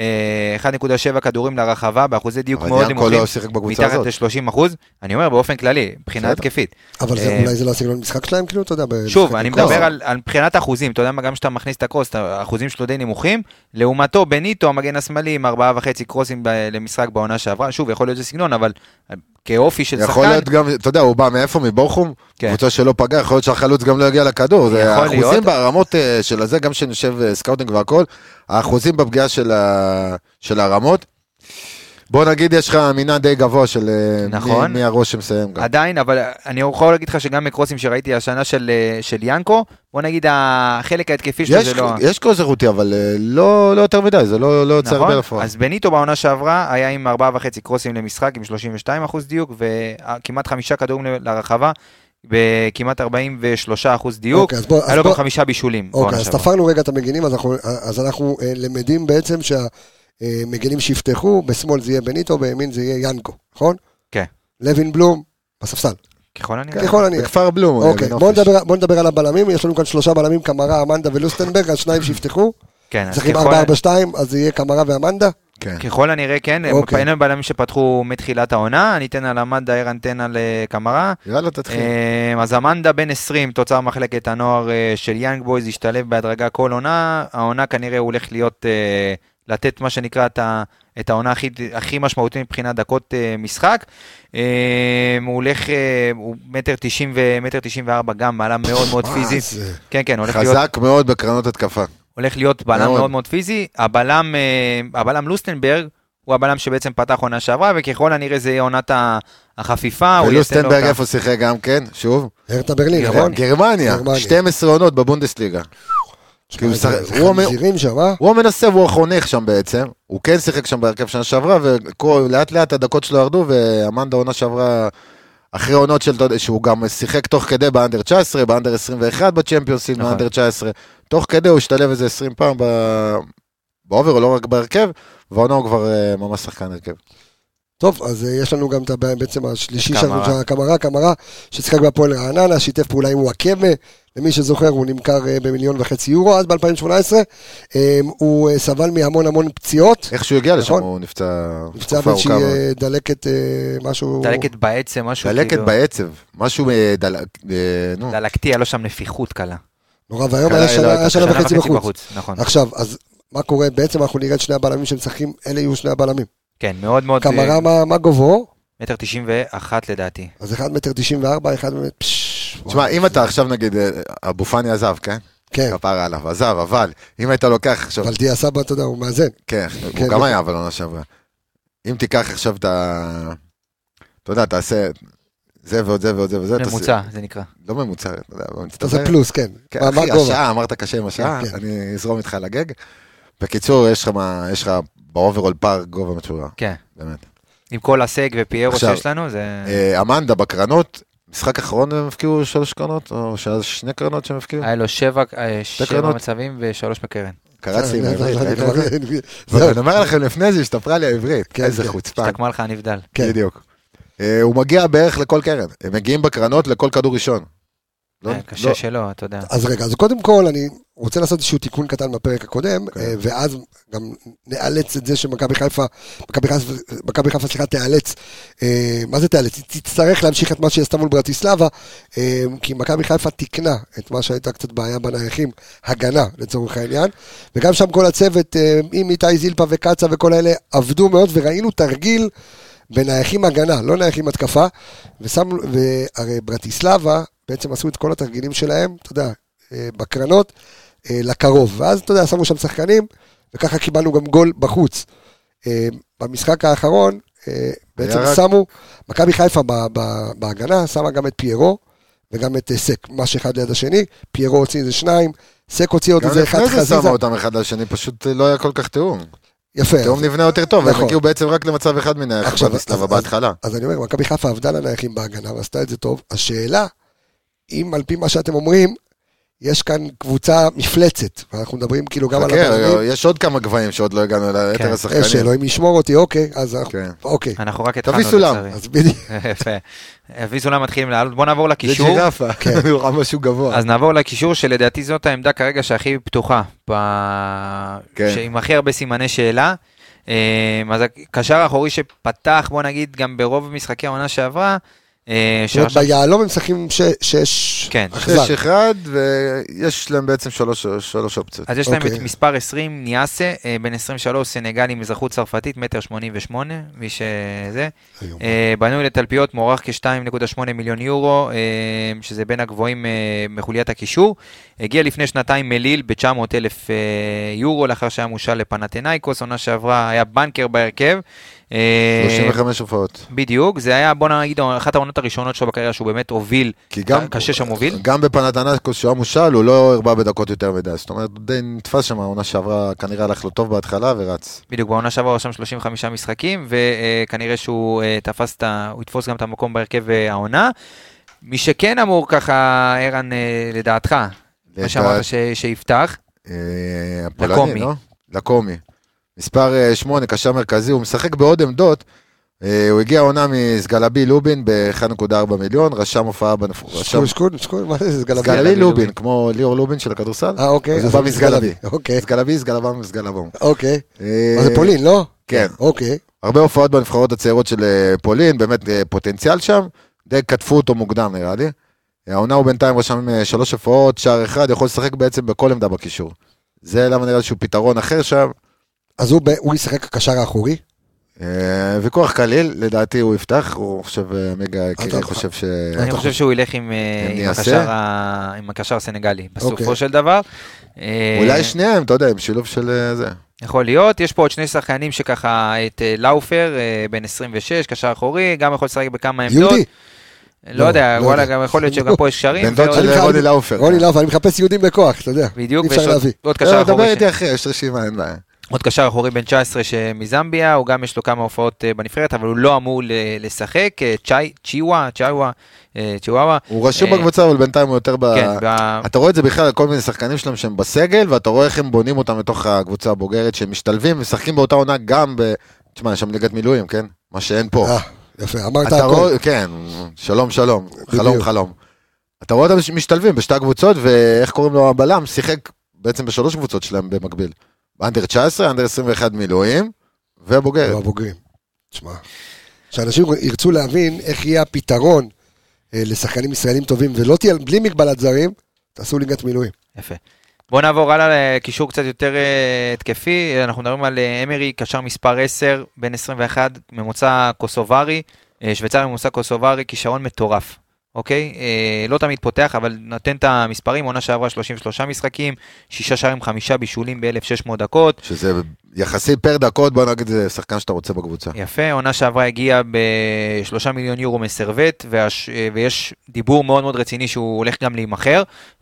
אחד נקודה שבע כדורים לרחבה, באחוזי דיוק מאוד נמוכים, מתחת ל-שלושים אחוז, אני אומר באופן כללי, מבחינה התקפית. אבל אולי זה לא הסגנון משחק שלהם, כאילו, אתה יודע, שוב, אני מדבר על מבחינת האחוזים, אתה יודע מה, גם שאתה מכניס את הקרוס, האחוזים שלו די נמוכים, לעומתו בניטו, המגן השמאלי, עם ארבעה וחצי קרוסים למשחק בעונה שעברה, שוב, יכול להיות זה סגנון, אבל כאופי של שחקן... יכול להיות גם, אתה יודע, הוא בא מאיפה, מבורחום, קבוצה שלא פגע, יכול להיות שהחלוץ גם לא יגיע לכדור, זה האחוזים ברמות של הזה, גם שנשב סקאוטינג והכל, האחוזים בפגיעה של, ה... של הרמות. בוא נגיד, יש לך מינה די גבוה של נכון. מי, מי הראש שמסיים גם. עדיין, אבל אני יכול להגיד לך שגם מקרוסים שראיתי השנה של, של ינקו, בוא נגיד, החלק ההתקפי שלו זה לא... יש קרוסר רותי, אבל לא, לא יותר מדי, זה לא, לא יוצא הרבה נכון, לפרוע. אז בניטו בעונה שעברה היה עם ארבעה וחצי קרוסים למשחק, עם שלושים ושתיים אחוז דיוק, וכמעט חמישה כדורים לרחבה, בכמעט ארבעים ושלושה אחוז דיוק, היה לו גם חמישה בישולים. אוקיי, אז תפרנו רגע את המגנים, אז אנחנו למדים בעצם שהמגנים שיפתחו, בשמאל זה יהיה בניטו, בימין זה יהיה ינקו, נכון? כן. לוין בלום, בספסל. ככל הנראה. ככל הנראה. בכפר בלום. אוקיי, בוא נדבר על הבלמים, יש לנו כאן שלושה בלמים, קמרה, אמנדה ולוסטנברג, אז שניים שיפתחו. כן, אז צריכים ארבע ארבע שתיים, אז זה יהיה קמרה ואמנדה. ככל הנראה כן, פעינו בלמים שפתחו מתחילת העונה, אני אתן על אמנדה, ערן תן על קמרה. יאללה, תתחיל. אז אמנדה בן עשרים, תוצר מחלקת הנוער של יאנג בויז, השתלב בהדרגה כל עונה, העונה כנראה הוא הולך להיות, לתת מה שנקרא את העונה הכי, הכי משמעותית מבחינת דקות משחק, הוא הולך, הוא מטר תשעים ומטר תשעים וארבע גם, מעלה מאוד מאוד פיזית. כן, כן, הולך להיות... חזק מאוד בקרנות התקפה. הולך להיות בלם מאוד מאוד פיזי, הבלם, הבלם לוסטנברג, הוא הבלם שבעצם פתח עונה שעברה, וככל הנראה זה יהיה עונת החפיפה. ולוסטנברג איפה שיחק גם כן, שוב? הרטה ברלין, נכון? גרמניה, שתים עשרה עונות בבונדסליגה. הוא מנסה והוא חונך שם בעצם, הוא כן שיחק שם בהרכב שנה שעברה, ולאט לאט הדקות שלו ירדו, ואמנדה עונה שעברה אחרי עונות שהוא גם שיחק תוך כדי באנדר תשע עשרה, באנדר עשרים ואחת בצ'מפיונס ליג, באנדר תשע עשרה, תוך כדי הוא השתלב איזה עשרים פעם באובר, או לא רק בהרכב, והעונה הוא כבר ממש שחקן הרכב. טוב, אז יש לנו גם בעצם השלישי שלנו, קמרה, קמרה, ששיחק בהפועל רעננה, שיתף פעולה עם וואקמה, למי שזוכר, הוא נמכר במיליון וחצי יורו, אז ב-אלפיים שמונה עשרה, הוא סבל מהמון המון פציעות. איך שהוא הגיע לשם, הוא נפצע... נפצע באיזושהי דלקת משהו... דלקת בעצם, משהו... דלקת בעצב, משהו דלקתי, היה לו שם נפיחות קלה. נורא, והיום היה שנה וחצי בחוץ. עכשיו, אז מה קורה? בעצם אנחנו נראה את שני הבלמים שמשחקים, אלה יהיו שני הבלמים. כן, מאוד מאוד... קמרה, מה, מה גובהו? מטר תשעים ואחת לדעתי. אז אחד מטר תשעים וארבע, אחד מטר... תשמע, אם אתה עכשיו נגיד, אבו פאני עזב, כן? כן. כפרה עליו, עזב, אבל, אם היית לוקח עכשיו... אבל דיה סבא, אתה יודע, הוא מאזן. כן, הוא גם היה, אבל לא נשאר. אם תיקח עכשיו את ה... אתה יודע, תעשה... זה ועוד זה ועוד זה וזה. ממוצע, זה נקרא. לא ממוצע, אתה יודע. זה פלוס, כן. אחי, השעה, אמרת קשה עם השעה, אני אזרום איתך לגג. בקיצור, יש לך באוברול פאר גובה מצורה. כן. באמת. עם כל הסג ופיירו שיש לנו, זה... אמנדה בקרנות, משחק אחרון הם הפקיעו שלוש קרנות, או שאז שני קרנות שהם הפקיעו? היה לו שבע, שבע מצבים ושלוש מקרן. קראתי עם העברית, אני אומר לכם לפני זה, השתפרה לי העברית, איזה חוצפה. השתקמה לך הנבדל. בדיוק. הוא מגיע בערך לכל קרן, הם מגיעים בקרנות לכל כדור ראשון. קשה שלא, אתה יודע. אז רגע, אז קודם כל אני רוצה לעשות איזשהו תיקון קטן בפרק הקודם, ואז גם נאלץ את זה שמכבי חיפה, מכבי חיפה סליחה תאלץ, מה זה תאלץ? תצטרך להמשיך את מה שעשתה מול ברטיסלבה, כי מכבי חיפה תקנה את מה שהייתה קצת בעיה בנייחים, הגנה לצורך העניין, וגם שם כל הצוות, עם איתי זילפה וקצה וכל האלה, עבדו מאוד וראינו תרגיל בנייחים הגנה, לא נייחים התקפה, והרי ברטיסלבה, בעצם עשו את כל התרגילים שלהם, אתה יודע, בקרנות, לקרוב. ואז, אתה יודע, שמו שם שחקנים, וככה קיבלנו גם גול בחוץ. במשחק האחרון, בעצם שמו, מכבי חיפה בהגנה, שמה גם את פיירו, וגם את סק, מש אחד ליד השני, פיירו הוציא איזה שניים, סק הוציא עוד איזה אחד חזיזה. גם לפני זה שמה אותם אחד לשני, פשוט לא היה כל כך תיאום. יפה. תיאום נבנה יותר טוב, הם הגיעו בעצם רק למצב אחד מנייח ברטיסלבה בהתחלה. אז אני אומר, מכבי חיפה עבדה לנייחים בהגנה, ועשתה את זה טוב. השאלה, אם על פי מה שאתם אומרים, יש כאן קבוצה מפלצת, ואנחנו מדברים כאילו גם על הבנים. יש עוד כמה גבהים שעוד לא הגענו ליתר השחקנים. יש אלוהים ישמור אותי, אוקיי, אז אוקיי. אנחנו רק התחלנו. תביא סולם. אז בדיוק. יפה. תביא סולם מתחילים לעלות, בוא נעבור לקישור. זה ג'ירפה, אני רואה משהו גבוה. אז נעבור לקישור שלדעתי זאת העמדה כרגע שהכי פתוחה, עם הכי הרבה סימני שאלה. אז הקשר האחורי שפתח, בוא נגיד, גם ברוב משחקי העונה שעברה, ביעלום הם משחקים שש שש אחד ויש להם בעצם שלוש אופציות. אז יש להם את מספר עשרים ניאסה, בין עשרים ושלוש סנגלי עם אזרחות צרפתית, מטר שמונים ושמונה, מי שזה. בנוי לתלפיות מוערך כ-שתיים נקודה שמונה מיליון יורו, שזה בין הגבוהים מחוליית הקישור. הגיע לפני שנתיים מליל ב-תשע מאות אלף יורו, לאחר שהיה מושל לפנתנאיקוס, עונה שעברה היה בנקר בהרכב. שלושים וחמש הופעות. בדיוק, זה היה, בוא נגיד, אחת העונות הראשונות שלו בקריירה, שהוא באמת הוביל, קשה שם הוביל. גם בפנתנאיקוס שהוא המושל, הוא לא הרבה בדקות יותר מדי, זאת אומרת, די נתפס שם, העונה שעברה כנראה הלך לו טוב בהתחלה ורץ. בדיוק, בעונה שעברה הוא שם שלושים וחמישה משחקים, וכנראה שהוא תפס, הוא יתפוס גם את המקום בהרכב העונה. מי שכן אמור ככה, ערן, לדעתך, מה שאמרת שיפתח, לקומי. לקומי. מספר שמונה, קשר מרכזי, הוא משחק בעוד עמדות, הוא הגיע עונה מסגלבי לובין ב-אחד נקודה ארבע מיליון, רשם הופעה בנפור. שקול, שקול, שקול, מה זה סגלבי? סגלבי לובין, כמו ליאור לובין של הכדורסל. אה, אוקיי. הוא בא מסגלבי. אוקיי. סגלבי, סגלבם וסגלבום. אוקיי. מה זה פולין, לא? כן. אוקיי. הרבה הופעות בנבחרות הצעירות של פולין, באמת פוטנציאל שם, די כתפו אותו מוקדם נראה לי. העונה הוא בינתיים רשם שלוש הופעות, שער אחד, יכול לשחק בעצם בכל עמדה בקישור. זה למה נראה שהוא פתרון אחר שם. אז הוא ישחק הקשר האחורי? ויכוח קליל, לדעתי הוא יפתח, הוא חושב, מגה קירי חושב ש... אני חושב שהוא ילך עם הקשר הסנגלי, בסופו של דבר. אולי שניהם, אתה יודע, עם שילוב של זה. יכול להיות, יש פה עוד שני שחקנים שככה, את לאופר, בן עשרים ושש, קשר אחורי, גם יכול לשחק בכמה עמדות. יהודי? לא יודע, וואלה, גם יכול להיות שגם פה יש קשרים. בן דוד של רוני לאופר. רוני לאופר, אני מחפש יהודים בכוח, אתה יודע. בדיוק, ויש עוד קשר אחורי. דבר איתי אחרי, יש רשימה, אין בעיה. עוד קשר אחורי בן תשע עשרה שמזמביה, הוא גם יש לו כמה הופעות בנבחרת, אבל הוא לא אמור לשחק, צ'יווה, צ'יווה, צ'יווה. הוא רשום בקבוצה, אבל בינתיים הוא יותר ב... אתה רואה את זה בכלל, כל מיני שחקנים שלהם שהם בסגל, ואתה רואה איך הם בונים אותם לתוך הקבוצה הבוגרת, שהם משתלבים ומשחקים באותה עונה גם ב... תשמע, יש שם ליגת מילואים, כן? מה שאין פה. יפה, אמרת הכל. כן, שלום שלום, חלום חלום. אתה רואה אותם משתלבים בשתי הקבוצות, ואיך קוראים לו הבלם, שיחק בעצם בשלוש קבוצות שלהם במקביל. אנדר תשע עשרה, אנדר עשרים ואחת מילואים, והבוגרת. והבוגרים. תשמע, שאנשים ירצו להבין איך יהיה הפתרון לשחקנים ישראלים טובים, ולא תהיה בלי מגבלת זרים, תעשו ליגת מילואים. יפה. בואו נעבור הלאה לקישור קצת יותר התקפי, אנחנו מדברים על אמרי, קשר מספר עשר, בין עשרים ואחת, ממוצע קוסוברי, שוויצרי ממוצע קוסוברי, כישרון מטורף. אוקיי? לא תמיד פותח, אבל נותן את המספרים, עונה שעברה שלושים ושלושה משחקים, שישה שערים, חמישה בישולים ב-אלף ושש מאות דקות. שזה יחסי פר דקות, בוא נגיד, זה שחקן שאתה רוצה בקבוצה. יפה, עונה שעברה הגיעה בשלושה מיליון יורו מסרבט, והש... ויש דיבור מאוד מאוד רציני שהוא הולך גם להימחר,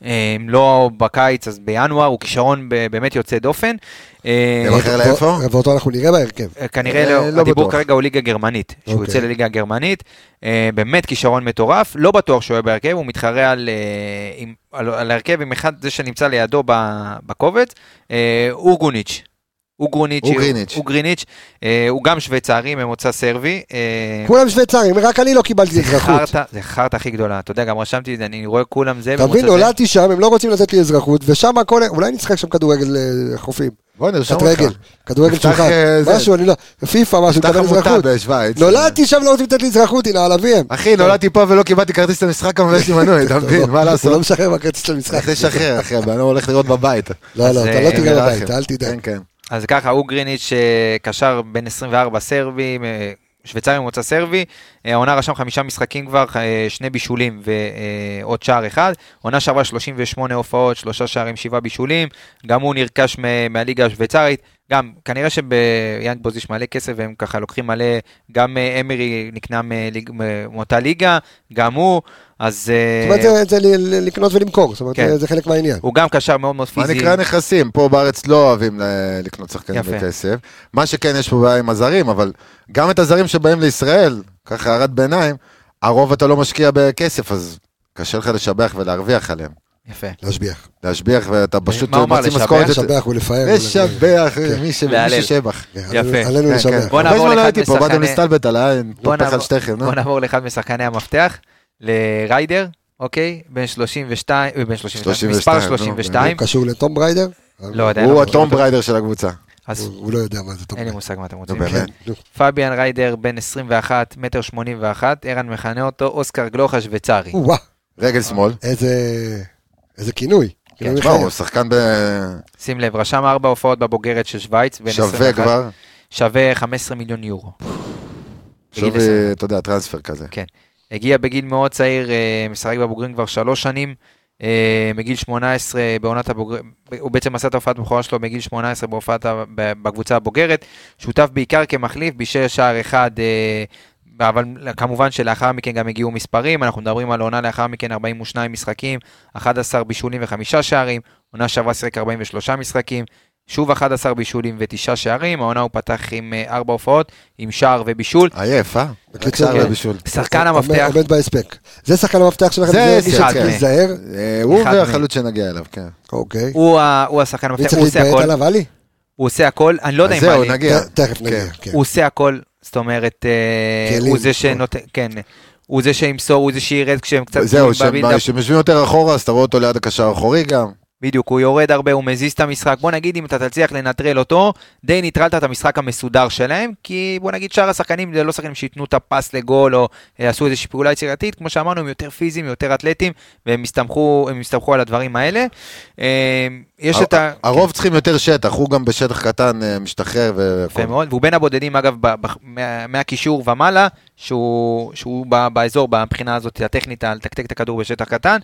לא בקיץ, אז בינואר, הוא כישרון באמת יוצא דופן. להימחר לאיפה? ואותו אנחנו נראה בהרכב. כנראה, הדיבור כרגע הוא ליגה גרמנית, שהוא יוצא לליגה הגרמנית, באמת כישרון מטורף, לא בטוח שהוא יהיה בהרכב, הוא מתחרה על, על, על ההרכב עם אחד זה שנמצא לידו בקובץ, אורגוניץ'. אוגרוניץ', אוגריניץ', הוא גם שוויצרי, ממוצא סרבי. כולם שוויצרים, רק אני לא קיבלתי אזרחות. זה חרטה הכי גדולה, אתה יודע, גם רשמתי את זה, אני רואה כולם זה. תבין, נולדתי שם, הם לא רוצים לתת לי אזרחות, ושם הכל, אולי נצחק שם כדורגל חופים. בוא נרשום אותך. כדורגל שולחן, משהו, אני לא, פיפה, משהו, נפתח עמותה בשוויץ. נולדתי שם, לא רוצים לתת לי אזרחות, הנה, על אביהם. אחי, נולדתי פה ולא קיבלתי כרטיס למשחק, אבל יש לי מנוי, אתה מבין, מה לעשות? הוא לא משחרר מהכרטיס למשחק. איך לשחרר, אחי, אני הולך לראות בבית. לא, לא, אתה לא תראה בבית, אל תדאג. כן, כן. אז ככה, אוגריניץ' קשר בין עשרים וארבע סרבי, שוויצרי ממוצא סרבי, העונה רשם חמישה משחקים כבר, שני בישולים ועוד שער אחד, עונה שעברה שלושים ושמונה הופעות, שלושה שערים, שבעה בישולים, גם הוא נרכש מהליגה השוויצרית, גם כנראה שביאנג בוז יש מלא כסף, והם ככה לוקחים מלא, גם אמרי נקנה מאותה ליגה, גם הוא, אז... זאת אומרת, זה לקנות ולמכור, זאת אומרת, זה חלק מהעניין. הוא גם קשר מאוד מאוד פיזי. מה נקרא נכסים? פה בארץ לא אוהבים לקנות שחקנים בכסף. מה שכן, יש פה בעיה עם הזרים, אבל גם את הזרים שבאים לישראל, ככה הערת ביניים, הרוב אתה לא משקיע בכסף, אז קשה לך לשבח ולהרוויח עליהם. יפה. להשביח. להשביח, ואתה פשוט... מה אומר לשבח? לשבח ולפאר. לשבח, מי ששבח. יפה. עלינו לשבח. בוא נעבור לאחד משחקני... באתם לסטלבט עליי, נותח על שתיכם. בוא נעבור לאחד משחקני המפתח, לריידר, אוקיי? בין שלושים ושתיים, בין שלושים ושתיים, מספר שלושים ושתיים. הוא קשור לטום בריידר? לא יודע. הוא הטום בריידר של הקבוצה. הוא לא יודע מה זה טום בריידר. אין לי מושג מה אתם רוצים. פאביאן ריידר בין עשרים ואחת, מטר שמונים ואחת, ערן מכנה אותו, אוסקר גלוחה שוויצרי. רגל שמאל. איזה כינוי. הוא שחקן ב... שים לב, רשם ארבע הופעות בבוגרת של שוויץ. שווה כבר. שווה חמישה עשר מיליון יורו. שווה, אתה יודע, טרנספר כזה. כן. הגיע בגיל מאוד צעיר, משחק בבוגרים כבר שלוש שנים, מגיל שמונה עשרה בעונת הבוגרים, הוא בעצם עשה את ההופעת בכורה שלו בגיל שמונה עשרה בהופעת בקבוצה הבוגרת, שותף בעיקר כמחליף, בישל שער אחד, אבל כמובן שלאחר מכן גם הגיעו מספרים, אנחנו מדברים על עונה לאחר מכן ארבעים ושניים משחקים, אחד עשר בישולים וחמישה שערים, עונה שעברה שיחק ארבעים ושלושה משחקים, שוב אחד עשר בישולים ותשעה שערים, העונה הוא פתח עם ארבע הופעות, עם שער ובישול. עייף, אה? בקיצור, שחקן המפתח. עומד בהספק. זה שחקן המפתח שלכם, זה מי שצריך להיזהר. הוא והחלוץ שנגיע אליו, כן. אוקיי. הוא השחקן המפתח, הוא עושה הכל. הוא עושה הכל, אני לא יודע אם זהו, נגיע. תכף נגיע, כן. הוא עושה הכל, זאת אומרת, הוא זה שנותן, כן. הוא זה שימסור, הוא זה שירד כשהם קצת... זהו, שמשווים יותר אחורה, אז תראו אותו ליד הקשר האחורי גם. בדיוק, הוא יורד הרבה, הוא מזיז את המשחק, בוא נגיד אם אתה תצליח לנטרל אותו, די נטרלת את המשחק המסודר שלהם, כי בוא נגיד שאר השחקנים, זה לא שחקנים שיתנו את הפס לגול, או עשו איזושהי פעולה יצירתית, כמו שאמרנו, הם יותר פיזיים, יותר אתלטים, והם מסתמכו, הם מסתמכו על הדברים האלה. יש את ה... הרוב צריכים יותר שטח, הוא גם בשטח קטן משתחרר ומאוד, והוא בין הבודדים, אגב, מהקישור ומעלה, שהוא באזור, בבחינה הזאת, הטכנית, לתקתק את הכדור בשטח קטן.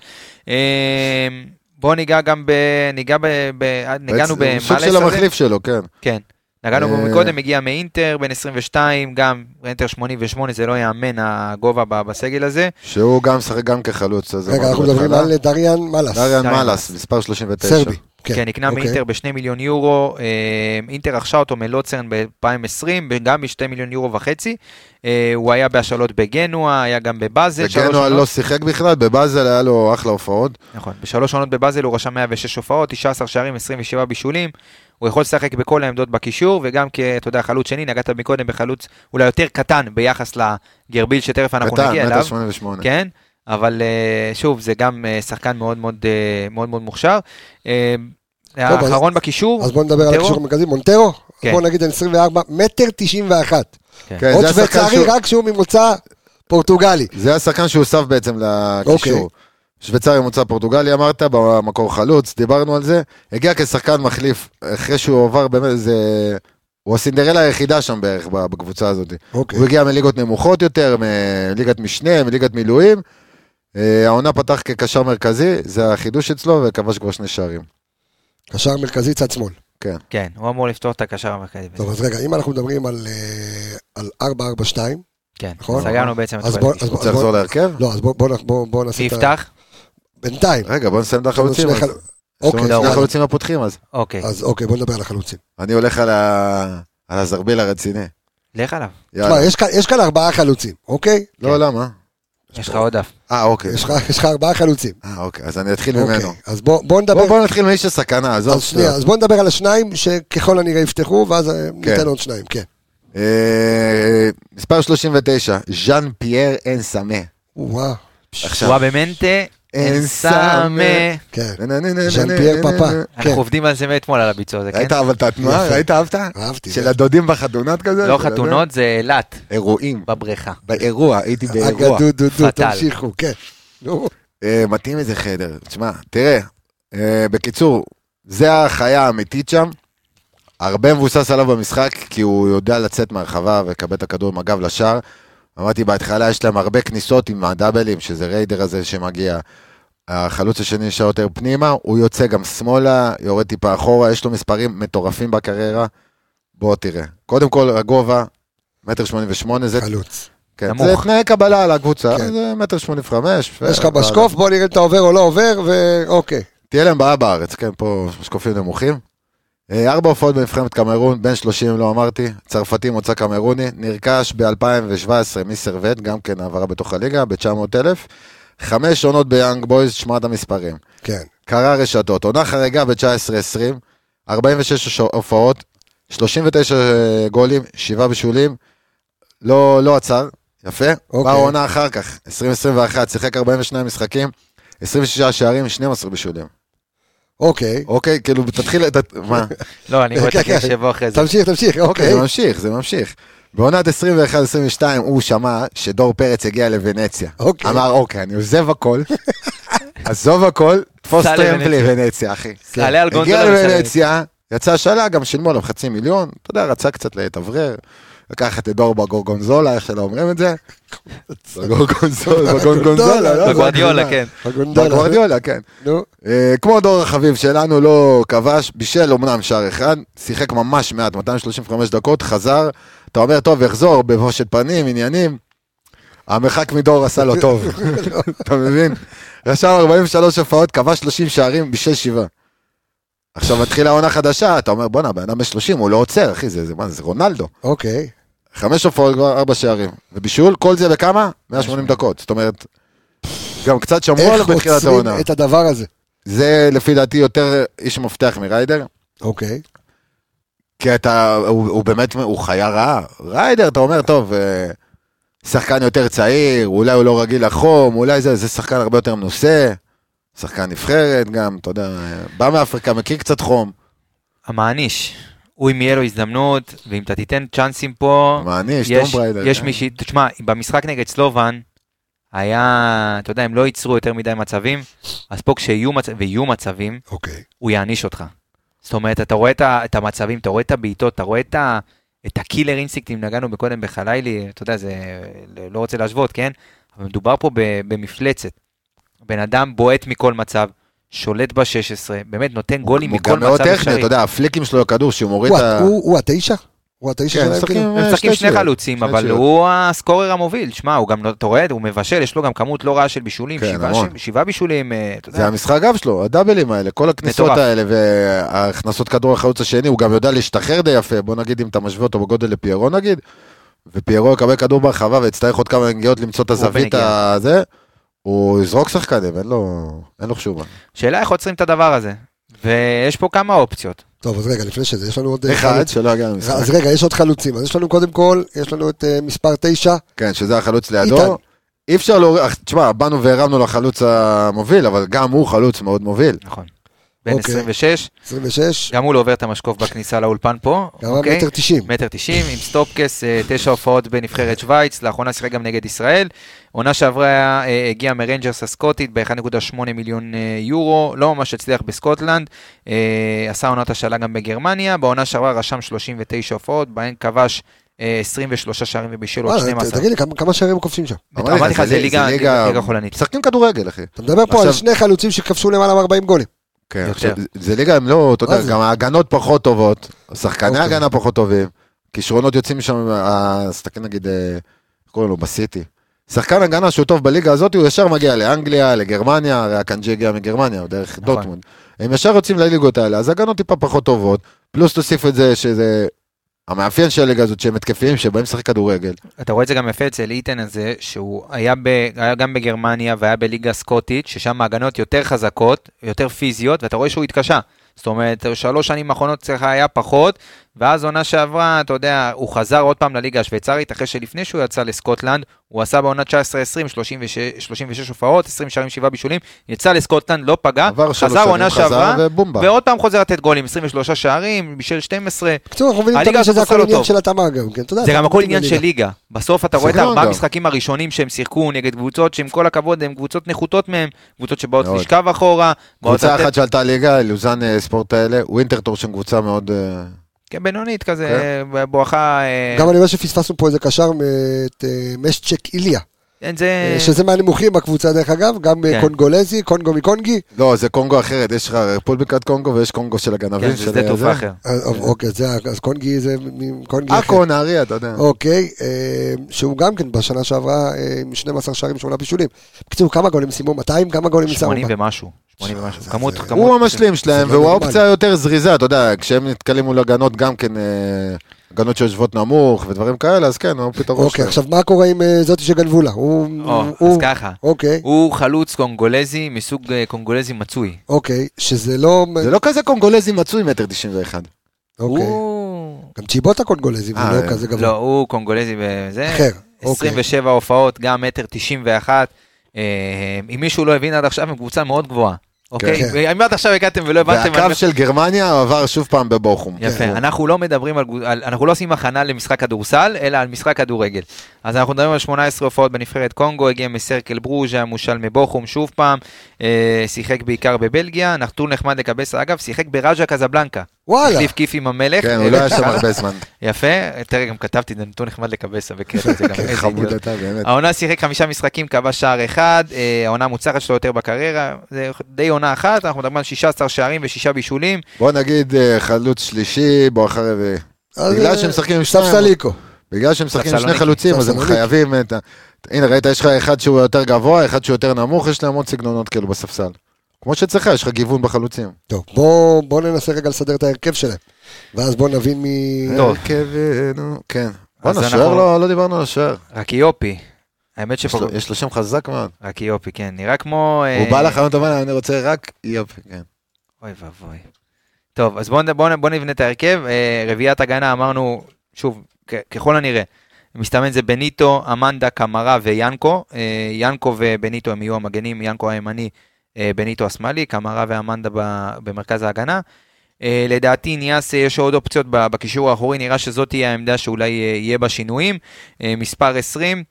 בואו ניגע גם ב... ניגע ב... ניגענו במעלה סוג של המחליף שלו, כן. כן. נגענו בו מקודם, מגיע מאינטר, בין עשרים ושתיים, גם אינטר שמונים ושמונה, זה לא יאמן הגובה בסגל הזה. שהוא גם שחק גם כחלוץ. רגע, אנחנו מדברים על דריאן מלס. דריאן מלס, מספר שלושים ותשע. סרבי. כן, נקנה מאינטר בשני מיליון יורו, אינטר רכשה אותו מלוצרן ב-אלפיים ועשרים, גם בשתי מיליון יורו וחצי, הוא היה בהשאלות בגנוע, היה גם בבאזל. בגנוע לא שיחק בכלל, בבאזל היה לו אחלה הופעות. נכון, בשלוש עונות בבאזל הוא רשם מאה ושש הופעות, תשעה עשר שערים, עשרים ושבעה בישולים, הוא יכול לשחק בכל העמדות בקישור, וגם אתה יודע, חלוץ שני, נגעת מקודם בחלוץ אולי יותר קטן ביחס לגרביל שתכף אנחנו נגיע אליו. שמונה ושמונה. כן, אבל שוב, זה גם שחקן מאוד מאוד מאוד מאוד מוכשר. האחרון בקישור. אז בואו נדבר על הקישור המרכזי, מונטרו, בואו נגיד עשרים וארבע, מטר תשעים ואחת. עוד שוויצרי רק שהוא ממוצא פורטוגלי. זה השחקן שהוסף בעצם לקישור. שוויצרי ממוצא פורטוגלי, אמרת, במקור חלוץ, דיברנו על זה. הגיע כשחקן מחליף, אחרי שהוא עבר באמת, זה... הוא הסינדרלה היחידה שם בערך בקבוצה הזאת. הוא הגיע מליגות נמוכות יותר, מליגת משנה, מליגת מילואים. העונה פתח כקשר מרכזי, זה החידוש אצלו, וכבש כבר שני שערים. קשר מרכזי צד שמאל. כן. כן, הוא אמור לפתור את הקשר המרכזי. טוב, אז רגע, אם אנחנו מדברים על, אה, על ארבע ארבע שתיים, כן, נכון? סגרנו בעצם את אז כל בוא, הקישור. אז בוא, רוצה אז בוא, לחזור להרכב? לא, אז בוא, בוא, בוא, בוא נעשה מי את ה... יפתח? בינתיים. רגע, בוא נסיים את יש לנו החלוצים. שני אז- חל- יש לנו אוקיי, שני לא, החלוצים הפותחים אז. אוקיי, אז אוקיי, בוא נדבר על החלוצים. אני הולך על ה- על הזרביל הרציני. לך עליו. תשמע, יאללה. יש כאן- יש כאן ארבעה חלוצים, אוקיי? לא, למה? יש לך עוד דף. אה, אוקיי. יש לך יש לך ארבעה חלוצים. אה, אוקיי, אז אני אתחיל אוקיי, ממנו. אז בוא בוא נדבר... בוא בוא נתחיל מאיש הסכנה, עזוב. אז שנייה, אז בוא נדבר על השניים שככל הנראה יפתחו, ואז אה, ניתן עוד שניים, כן. אה, מספר שלושים ותשע, ז'אן פייר אין סאמה. וואו, עכשיו. וואבמנטה אין סאמה. כן. נה, נה, נה, נה, ז'אן נה, פייר נה, פאפה. נה. אנחנו כן. עובדים על זה מאתמול על הביצוע הזה, כן? ראית אבל את התנועה? יפה. ראית אהבת? אהבתי. של הדודים בחתונות כזה? לא של חתונות, זה אילת, הזה? אירועים. בבריכה. באירוע, הייתי באירוע. אגדו דודו, פטל. תמשיכו, כן. נו, אה, מתאים איזה חדר. תשמע, תראה, אה, בקיצור, זה החיה האמיתית שם. הרבה מבוסס עליו במשחק, כי הוא יודע לצאת מהרחבה ולקבל את הכדור עם הגב לשער. אמרתי, בהתחלה יש להם הרבה כניסות עם הדאבלים, שזה ריידר הזה שמגיע. החלוץ השני נשאר יותר פנימה, הוא יוצא גם שמאלה, יורד טיפה אחורה, יש לו מספרים מטורפים בקריירה. בוא תראה. קודם כל, הגובה, מטר שמונים ושמונה, זה, חלוץ. כן, נמוך. זה תנאי קבלה על הקבוצה, כן. זה מטר שמונים וחמש. יש לך בשקוף, בוא נראה אם אתה עובר או לא עובר, ואוקיי. תהיה להם בעיה בארץ, כן, פה שקופים נמוכים. אה, ארבע הופעות בנבחרת קמרון, בין שלושים לא אמרתי, צרפתי מוצא קמרוני, נרכש ב-אלפיים שבע עשרה מסרבט, גם כן העברה בתוך הליגה, ב-תשע מאות אלף, חמש עונות ביאנג בויז, שמע את המספרים. כן. קרא רשתות, עונה חריגה ב-תשע עשרה עשרים, ארבעים ושש הופעות, שלושים ותשע גולים, שבעה בישולים, לא, לא עצר, יפה. אוקיי. באה עונה אחר כך, עשרים עשרים ואחת, שיחק ארבעים ושניים משחקים, עשרים ושישה שערים, שנים עשר בישולים. אוקיי. אוקיי, כאילו, תתחיל, ת- מה? לא, אני רואה את כן, כן. הכי שבוע אחרי זה. תמשיך, תמשיך, אוקיי, אוקיי. זה ממשיך, זה ממשיך. בעונת עשרים ואחת עשרים ושתיים הוא שמע שדור פרץ הגיע לוונציה. אוקיי. אמר, אוקיי, אני עוזב הכל, עזוב הכל, תפוס סע טרמפ לוונציה. לוונציה, אחי. תעלה על הגיע גונדולה ושלם. לוונציה, יצא שאלה, גם שילמו עליו חצי מיליון, אתה יודע, רצה קצת להתאוורר, לקחת את דור בגורגונזולה, איך שלא אומרים את זה? בגורגונזולה, בגורגונזולה, לא? בגוארדיולה, כן. בגונדולה. בגוארדיולה, כן. נו, אה, כמו דור החביב שלנו, לא כבש, בישל אומנם שער אחד, שיחק ממש מעט, מאתיים שלושים וחמש דקות, חזר, אתה אומר, טוב, יחזור, בבושת פנים, עניינים, המרחק מדור עשה לו טוב, אתה מבין? רשם ארבעים ושלוש הופעות, כבש שלושים שערים, בישל שבעה. עכשיו מתחילה עונה חדשה, אתה אומר, בוא'נה, בן אדם ב-שלושים, הוא לא עוצר, אחי, זה, זה, מה, זה רונלדו. אוקיי. חמש הופעות כבר, ארבע שערים. ובישול, כל זה בכמה? מאה ושמונים דקות. זאת אומרת, גם קצת שמרו עליו איך בתחילת עוצרים העונה. את הדבר הזה? זה לפי דעתי יותר איש מפתח מריידר, אוקיי. כי אתה, הוא, הוא באמת, הוא חיה רעה. ריידר, אתה אומר, טוב, אה, שחקן יותר צעיר, אולי הוא לא רגיל לחום, אולי זה, זה שחקן הרבה יותר מנוסה, שחקן נבחרת גם, אתה יודע, בא מאפריקה, מכיר קצת חום. המעניש. הוא אם יהיה לו הזדמנות, ואם אתה תיתן צ'אנסים פה, מעניש, יש, טום בריידר. יש כן. מישהי, תשמע, במשחק נגד סלובן, היה, אתה יודע, הם לא ייצרו יותר מדי מצבים, אז פה כשיהיו מצ... ויהיו מצבים, אוקיי. הוא יעניש אותך. זאת אומרת, אתה רואה את, ה... את המצבים, אתה רואה את הבעיטות, אתה רואה את, ה... את הקילר אינסטינקטים, נגענו בקודם בחלילי, אתה יודע, זה לא רוצה להשוות, כן? אבל מדובר פה ב... במפלצת. בן אדם בועט מכל מצב, שולט ב-שש עשרה, באמת נותן גולים הוא מכל גם מאוד מצב טכני, אפשרי. אתה יודע, הפליקים שלו לכדור, שהוא מוריד הוא את ה... הוא- הוא התשע? הוא התשע כן, שלהם משחקים, כאילו? הם משחקים שני שטויות. חלוצים, שני אבל שטויות. הוא הסקורר המוביל. שמע, הוא גם, אתה רואה, הוא מבשל, יש לו גם כמות לא רעה של בישולים, כן, שבעה- המון. שבעה בישולים, אה, אתה זה יודע. המשחק גב שלו, הדאבלים האלה, כל הכניסות מטורף. האלה וההכנסות כדור החלוץ השני, הוא גם יודע להשתחרר די יפה, בוא נגיד אם אתה משווה אותו בגודל לפיירו נגיד, ופיירו יקבל כדור ברחבה ויצטרך עוד כמה נגיעות למצוא את הזווית בנגיעה. הזה, הוא יזרוק שחקנים, אין לו, אין לו חשובה. שאלה איך עוצרים את הדבר הזה. ויש פה כמה אופציות. טוב, אז רגע, לפני שזה, יש לנו עוד... אחד חלוץ. שלא יגיע למשחק. אז רגע, יש עוד חלוצים. אז יש לנו קודם כל, יש לנו את אה, מספר תשע. כן, שזה החלוץ איתן. לידו. אי אפשר להוריד, תשמע, באנו והרמנו לחלוץ המוביל, אבל גם הוא חלוץ מאוד מוביל. נכון. בן אוקיי. עשרים ושש, עשרים ושש. גם הוא לא עובר את המשקוף בכניסה לאולפן פה. גם אוקיי? מטר תשעים. מטר תשעים, עם סטופקס, אה, תשע הופעות בנבחרת שוויץ, לאחרונה שיחק גם נגד ישראל. עונה שעברה אה, הגיעה מרנג'רס הסקוטית ב-אחד נקודה שמונה מיליון אה, יורו, לא ממש הצליח בסקוטלנד, אה, עשה עונת השאלה גם בגרמניה, בעונה שעברה רשם שלושים ותשע הופעות, בהן כבש אה, עשרים ושלושה שערים ובישל עוד וואלה, שנים ת- עשר. תגיד לי, כמה- כמה שערים הם כובשים שם? אמרתי לך, זה ליגה ליגה חולנית. משחקים כדורגל, אחי. אתה מדבר פה עכשיו- על שני חלוצים שכבשו למעלה מ-ארבעים גולים. כן, עכשיו, זה ליגה, הם לא, אתה יודע, גם ההגנות פחות טובות, שחקני הגנה פחות טובים, כישרונות יוצאים משם, סתכל נגיד, קוראים לו, בסיטי. שחקן הגנה שהוא טוב בליגה הזאת, הוא ישר מגיע לאנגליה, לגרמניה, הרי הקנג'י הגיע מגרמניה, או דרך דוטמונד. הם ישר יוצאים לליגות האלה, אז הגנות טיפה פחות טובות, פלוס תוסיף את זה שזה... המאפיין של הליגה הזאת שהם התקפיים, שבהם שחק כדורגל. אתה רואה את זה גם יפה אצל איתן הזה, שהוא היה, ב, היה גם בגרמניה, והיה בליגה סקוטית, ששם ההגנות יותר חזקות, יותר פיזיות, ואתה רואה שהוא התקשה. זאת אומרת, שלוש שנים האחרונות צריך היה פחות, ואז עונה שעברה, אתה יודע, הוא חזר עוד פעם לליגה השוויצרית, אחרי שלפני שהוא יצא לסקוטלנד, הוא עשה בעונה תשע עשרה עשרים, שלושים ושש הופעות, עשרים שערים, שבעה בישולים, יצא לסקוטלנד, לא פגע, חזר עונה שעברה, ועוד פעם חוזר לתת גולים, עשרים ושלושה שערים, בשביל שתים עשרה. בקצור, אנחנו מבינים תמיד שזה הכל עניין של התאמה גם, כן? זה גם הכל עניין של ליגה. בסוף אתה רואה את ארבעה משחקים הראשונים שהם שיחקו נגד קבוצות שעם כל הכבוד הם קבוצות נחותות מהם, קבוצות שבאות לשכב אחורה. קבוצה אחת שעלתה ליגה, לוזן ספורט האלה, ווינטרטור שם קבוצה מאוד כן, בינונית כזה, בואכה... גם אני אומר שפספסנו פה איזה קשר את משצ'ק איליה. שזה מהנמוכים בקבוצה דרך אגב, גם קונגולזי, קונגו מקונגי. לא, זה קונגו אחרת, יש לך רפובליקת קונגו ויש קונגו של הגנבים. כן, זה שדה תעופה אחר. אוקיי, אז קונגי זה קונגי אחר. אקו, נהריה, אתה יודע. אוקיי, שהוא גם כן בשנה שעברה עם שנים עשר שערים שמונה בישולים. בקיצור, כמה גולים שימו? מאתיים? כמה גולים שימו? שמונים ומשהו. שמונים ומשהו. כמות, כמות. הוא המשלים שלהם, והוא האופציה יותר זריזה, אתה יודע, כשהם נתקלים מול הגנות גם כן... הגנות שיושבות נמוך ודברים כאלה, אז כן, הוא פתרון שלהם. אוקיי, עכשיו מה קורה עם זאתי שגנבו לה? אז ככה, הוא חלוץ קונגולזי מסוג קונגולזי מצוי. אוקיי, שזה לא... זה לא כזה קונגולזי מצוי, מטר תשעים ואחת. אוקיי. גם צ'יבוטה קונגולזי, הוא לא כזה גבוה. לא, הוא קונגולזי וזה. אחר, עשרים ושבע הופעות, גם מטר תשעים ואחת. אם מישהו לא הבין עד עכשיו, הם קבוצה מאוד גבוהה. אוקיי, אם עד עכשיו הגעתם ולא הבנתם... והקו של גרמניה עבר שוב פעם בבוכום. יפה, אנחנו לא מדברים על... אנחנו לא עושים הכנה למשחק כדורסל, אלא על משחק כדורגל. אז אנחנו מדברים על שמונה עשרה הופעות בנבחרת קונגו, הגיע מסרקל ברוז', היה מושל מבוכום שוב פעם, שיחק בעיקר בבלגיה, נתון נחמד לקבסה, אגב, שיחק בראז'ה קזבלנקה. וואלה. החליף כיף עם המלך. כן, הוא לא היה שם הרבה זמן. יפה, תראה, גם כתבתי, זה נתון נחמד לקבסה, וקראת זה גם איזה חמוד אתה, באמת. העונה שיחק חמישה משחקים, קבע שער אחד, העונה מוצלחת שלו יותר בקריירה, זה די עונה אחת, אנחנו מדברים על שישה עשר שערים ושישה בישולים. בוא נגיד חלוץ שלישי, בואכה רביעי. בגלל שהם משחקים עם שניים. ספסליקו. בגלל שהם משחקים עם שני חלוצים, אז הם חייבים את ה... הנה, ראית, יש לך אחד שהוא יותר גבוה, אחד שהוא יותר נמוך, יש להם עוד סגנונות כאלו בספסל. כמו שצריך, יש לך גיוון בחלוצים. טוב, בוא, בוא ננסה רגע לסדר את ההרכב שלהם. ואז בוא נבין מי... טוב. הרכבנו, כן. בוא נשאר, לא, לא דיברנו על השאר. רק יופי. האמת שפה... יש לו שם חזק מאוד. רק יופי, כן. נראה כמו... הוא בא לחנות הבנה, אני רוצה רק יופי, כן. אוי ואבוי. טוב, אז בוא, בוא, בוא נבנה את ההרכב. רביעיית הגנה, אמרנו, שוב, ככל הנראה, מסתמן זה בניטו, אמנדה, קמרה ויאנקו. יאנקו ובניטו הם יהיו המגנים, יאנקו הימני, בניטו השמאלי, קמרה ואמנדה במרכז ההגנה. לדעתי ניאס יש עוד אופציות בקישור האחורי, נראה שזאת תהיה העמדה שאולי יהיה בה שינויים. מספר עשרים,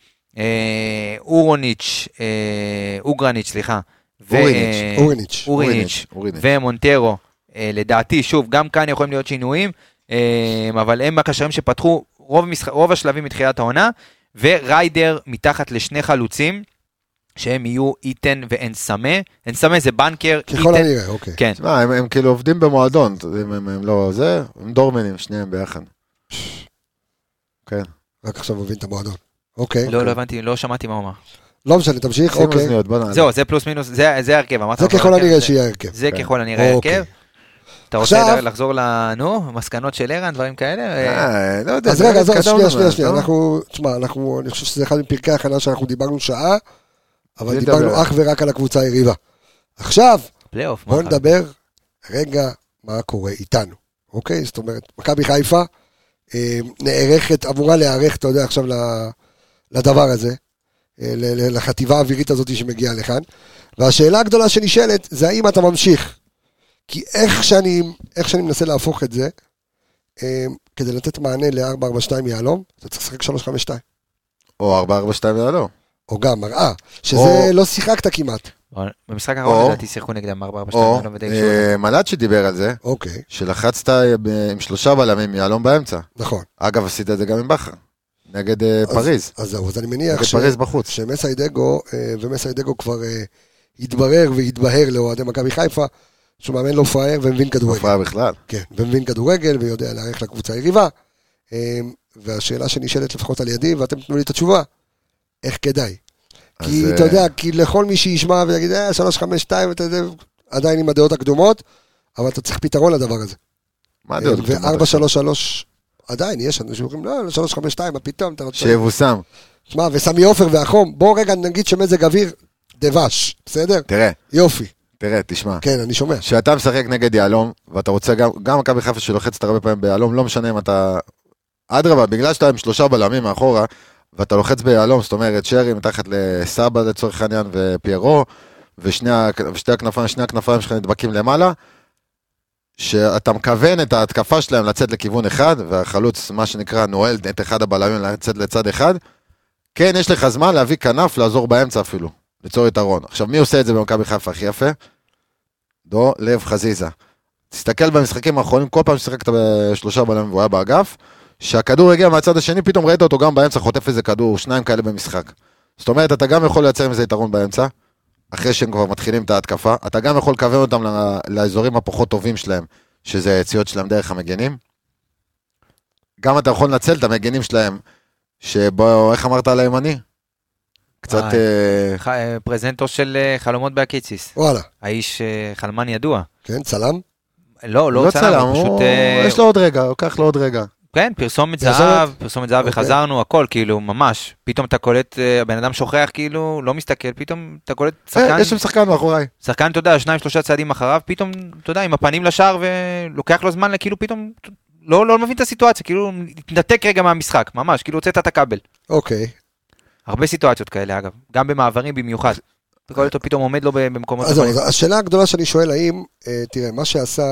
אורוניץ', אוגרניץ', סליחה. אוריניץ'. אוריניץ' ומונטרו, לדעתי, שוב, גם כאן יכולים להיות שינויים, אבל הם הקשרים שפתחו רוב, משח... רוב השלבים מתחילת העונה, וריידר מתחת לשני חלוצים, שהם יהיו איתן ואנסמה. אנסמה זה בנקר. ככל הנראה, אוקיי. כן. תשמע, הם, הם כאילו עובדים במועדון, הם, הם, הם לא זה, הם דורמנים, שניהם ביחד. כן. רק עכשיו מבין את המועדון. אוקיי. לא, לא הבנתי, לא שמעתי מה הוא אמר. לא משנה, תמשיך, אוקיי. זהו, זה פלוס מינוס, זה הרכב. זה ככל הנראה שיהיה הרכב. זה ככל הנראה הרכב. אתה רוצה לחזור לנו, מסקנות של ערן, דברים כאלה? לא יודע. אז רגע, אז שנייה, שנייה, שנייה. אנחנו, תשמע, אנחנו, אני חושב שזה אחד מפרקי ההכנה שאנחנו דיברנו שעה, אבל דיברנו אך ורק על הקבוצה היריבה. עכשיו, בואו נדבר רגע מה קורה איתנו. אוקיי? זאת אומרת, מכבי חיפה נערכת, אמורה להיערך, אתה יודע, עכשיו לדבר הזה, לחטיבה האווירית הזאת שמגיעה לכאן, והשאלה הגדולה שנשאלת זה האם אתה ממשיך, כי איך שאני, איך שאני מנסה להפוך את זה, כדי לתת מענה ל-ארבע ארבע שתיים יעלום, אתה צריך לשחק שלוש חמש שתיים. או ארבע ארבע שתיים יעלום. או גם מראה, שזה לא שיחקת כמעט. במשחק האחרון לדעתי שיחקו נגדם ארבע ארבע שתיים יעלום. או מלאד שדיבר על זה, שלחצת עם שלושה בלמים יעלום באמצע. נכון. אגב, עשית את זה גם עם בכר. נגד פריז. אז זהו, אז אני מניח שמסיידגו ומסיידגו כבר התברר והתבהר לאוהדי מכבי חיפה, שהוא מאמן לא פראייר ומבין לא כדורגל. פראייר בכלל. כן, ומבין כדורגל ויודע להערך לקבוצה היריבה. והשאלה שנשאלת לפחות על ידי, ואתם תנו לי את התשובה, איך כדאי? כי אתה יודע, כי לכל מי שישמע ויגיד, אה, שלוש חמש שתיים, אתה יודע, עדיין עם הדעות הקדומות, אבל אתה צריך פתרון לדבר הזה. מה הדעות הקדומות? ו-ארבע שלוש שלוש, עדיין יש אנשים שאומרים, לא, שלוש חמש שתיים, מה פתאום? שיבוסם. תשמע, וסמי עופר והחום, בואו רגע נגיד שמזג אוויר דבש, בסדר? תראה. יופי. תראה, תשמע. כן, אני שומע. שאתה משחק נגד יעלום, ואתה רוצה גם, גם מכבי חיפה שלוחצת הרבה פעמים ביעלום, לא משנה אם אתה... אדרבה, בגלל שאתה עם שלושה בלמים מאחורה, ואתה לוחץ ביעלום, זאת אומרת, שרי מתחת לסבא לצורך העניין ופיירו, ושני הכנפיים, שני הכנפיים שלך נדבקים למעלה, שאתה מכוון את ההתקפה שלהם לצאת לכיוון אחד, והחלוץ, מה שנקרא, נועל את אחד הבלמים לצאת לצד אחד, כן, יש לך זמן להביא כנף, לעזור באמצע אפילו, ליצור יתרון. עכשיו, מי עושה את זה במכבי חיפה הכי יפה? דו לב חזיזה. תסתכל במשחקים האחרונים, כל פעם ששחקת בשלושה בלמים והוא היה באגף, שהכדור הגיע מהצד השני, פתאום ראית אותו גם באמצע, חוטף איזה כדור, שניים כאלה במשחק. זאת אומרת, אתה גם יכול לייצר עם זה יתרון באמצע, אחרי שהם כבר מתחילים את ההתקפה, אתה גם יכול לכוון אותם לאזורים הפחות טובים שלהם, שזה היציאות שלהם דרך המגנים. גם אתה יכול לנצל את המגנים שלהם, שבו, איך אמרת על הימני? קצת... פרזנטור של חלומות בהקיציס. וואלה. האיש חלמן ידוע. כן, צלם? לא, לא צלם, פשוט... יש לו עוד רגע, לוקח לו עוד רגע. כן, פרסומת זהב, פרסומת זהב וחזרנו, הכל, כאילו, ממש. פתאום אתה קולט, הבן אדם שוכח, כאילו, לא מסתכל, פתאום אתה קולט שחקן... יש שם שחקן מאחוריי. שחקן, אתה יודע, שניים, שלושה צעדים אחריו, פתאום, אתה יודע, עם הפנים לשער, ולוקח לו זמן, כאילו, פתאום, לא, לא מבין את הסיטואציה, כאילו, התנתק רגע מהמשחק, ממש, כאילו, הוצאת את הכבל. אוקיי. הרבה סיטואציות כאלה, אגב, גם במעברים במיוחד. אתה קולט אותו, פתאום עומד לו במקומות... אז השאלה הגדולה שאני שואל, האם, תראה, מה שעשה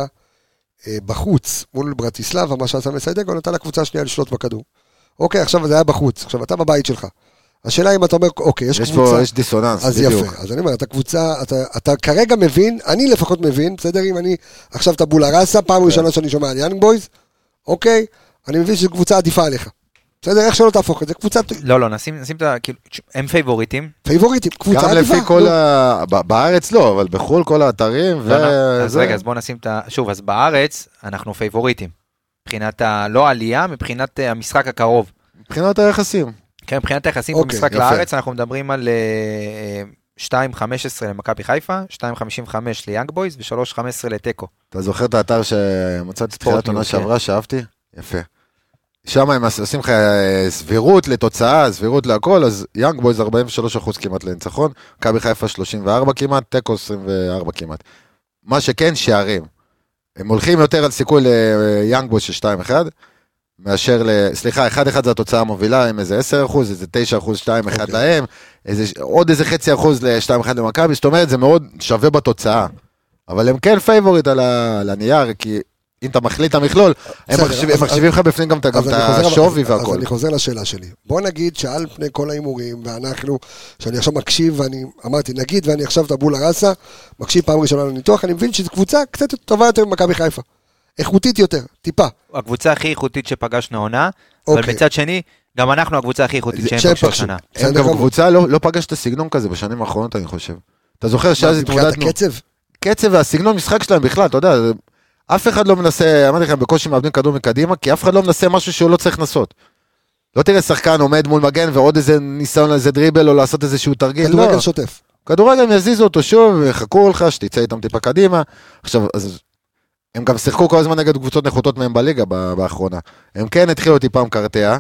בחוץ מול ברטיסלבה, מה שעשה מסיידגו, נתן לקבוצה השנייה לשלוט בכדור. אוקיי, עכשיו זה היה בחוץ, עכשיו אתה בבית שלך. השאלה אם אתה אומר, אוקיי, יש, יש קבוצה... פה, יש דיסוננס, אז בדיוק. יפה, אז אני אומר, אתה קבוצה, אתה, אתה כרגע מבין, אני לפחות מבין, בסדר, אם אני עכשיו את הבולרסה, פעם ראשונה שאני שומע על יאנג בויז, אוקיי, אני מבין שזו קבוצה עדיפה עליך. בסדר, איך שלא תהפוך את זה, קבוצה... לא, לא, נשים, נשים את ה... כאילו, הם פייבוריטים. פייבוריטים, קבוצה עדיפה. גם לפי כל ה... בארץ לא, אבל בחול כל האתרים ו... אז רגע, אז בואו נשים את ה... שוב, אז בארץ אנחנו פייבוריטים. מבחינת ה... לא עלייה, מבחינת המשחק הקרוב. מבחינת היחסים. כן, מבחינת היחסים במשחק לארץ, אנחנו מדברים על שתיים חמש עשרה למכבי חיפה, שתיים חמישים וחמש ליאנג בויז ו-שלוש חמש עשרה לטקו. אתה זוכר את האתר שמצאתי תחילת עונה שעברה, שאהבתי? יפה. שם הם עושים לך סבירות לתוצאה, סבירות להכל, אז יאנג בויז ארבעים ושלושה אחוז כמעט לניצחון, מכבי חיפה שלושים וארבע כמעט, טקו עשרים וארבע כמעט. מה שכן, שערים. הם הולכים יותר על סיכוי ליאנג בויז של שתיים אחד, מאשר ל... סליחה, אחד אחד זה התוצאה המובילה, עם איזה עשרה אחוז, איזה תשעה אחוז, שתיים אחד להם, איזה, עוד איזה חצי אחוז ל-שתיים אחד למכבי, זאת אומרת, זה מאוד שווה בתוצאה. אבל הם כן פייבוריט על, ה... על הנייר, כי אם אתה מחליט את המכלול, הם מחשיבים לך בפנים גם את השווי והכל. אז אני חוזר לשאלה שלי. בוא נגיד שעל פני כל האימורים, ואנחנו, שאני עכשיו מקשיב, ואני אמרתי, נגיד, ואני עכשיו את הבולה רסה, מקשיב פעם ראשונה לניתוח, אני מבין שזו קבוצה קצת טובה יותר ממכבי חיפה. איכותית יותר, טיפה. הקבוצה הכי איכותית שפגשנו העונה, אבל בצד שני, גם אנחנו הקבוצה הכי איכותית שהם פגשו השנה. הם גם קבוצה לא פגשת סגנון כזה בשנים האחרונות, אני חושב. אתה זוכר שאז התמודדנו... הקצב? קצב והסגנון משחק שלהם בכלל, אתה יודע, אף אחד לא מנסה, אמרתי לכם, בקושי מאבדים כדור מקדימה, כי אף אחד לא מנסה משהו שהוא לא צריך לנסות. לא תראה שחקן עומד מול מגן ועוד איזה ניסיון איזה דריבל או לעשות איזשהו תרגיל. כדורגל שוטף. כדורגל הם יזיזו אותו שוב, יחכו לך, שתצא איתם טיפה קדימה. עכשיו, אז הם גם שיחקו כל הזמן נגד קבוצות נחותות מהם בליגה באחרונה. הם כן התחילו טיפה מקרטע,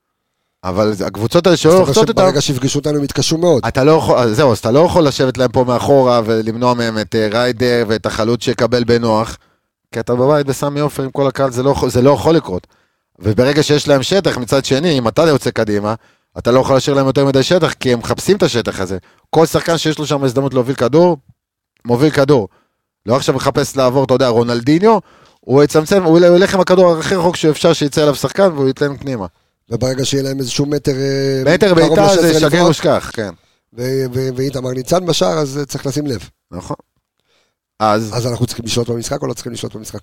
אבל הקבוצות האלה שלא לוחצות אותם... ברגע שיפגשו אותנו הם יתקשו מאוד. אתה לא יכול, זהו, אז אתה לא יכול לשבת להם פה מאחורה ולמנוע מהם את ריידר ואת החלוץ שיקבל בנוח, כי אתה בבית בסמי עופר עם כל הקהל, זה לא, זה לא יכול לקרות. וברגע שיש להם שטח מצד שני, אם אתה יוצא קדימה, אתה לא יכול להשאיר להם יותר מדי שטח, כי הם מחפשים את השטח הזה. כל שחקן שיש לו שם הזדמנות להוביל כדור, מוביל כדור. לא עכשיו מחפש לעבור, אתה יודע, רונלדיניו, הוא יצמצם, הוא ילך עם הכדור הכי רחוק שאפשר שיצא אליו שחקן, והוא יתלן פנימה. וברגע שיהיה להם איזשהו מטר... מטר בעיטה זה שגר ושכח, כן. ואיתמר ניצן בשער, אז צריך לשים לב. נכון. אז... אז אנחנו צריכים לשלוט במשחק או לא צריכים לשלוט במשחק?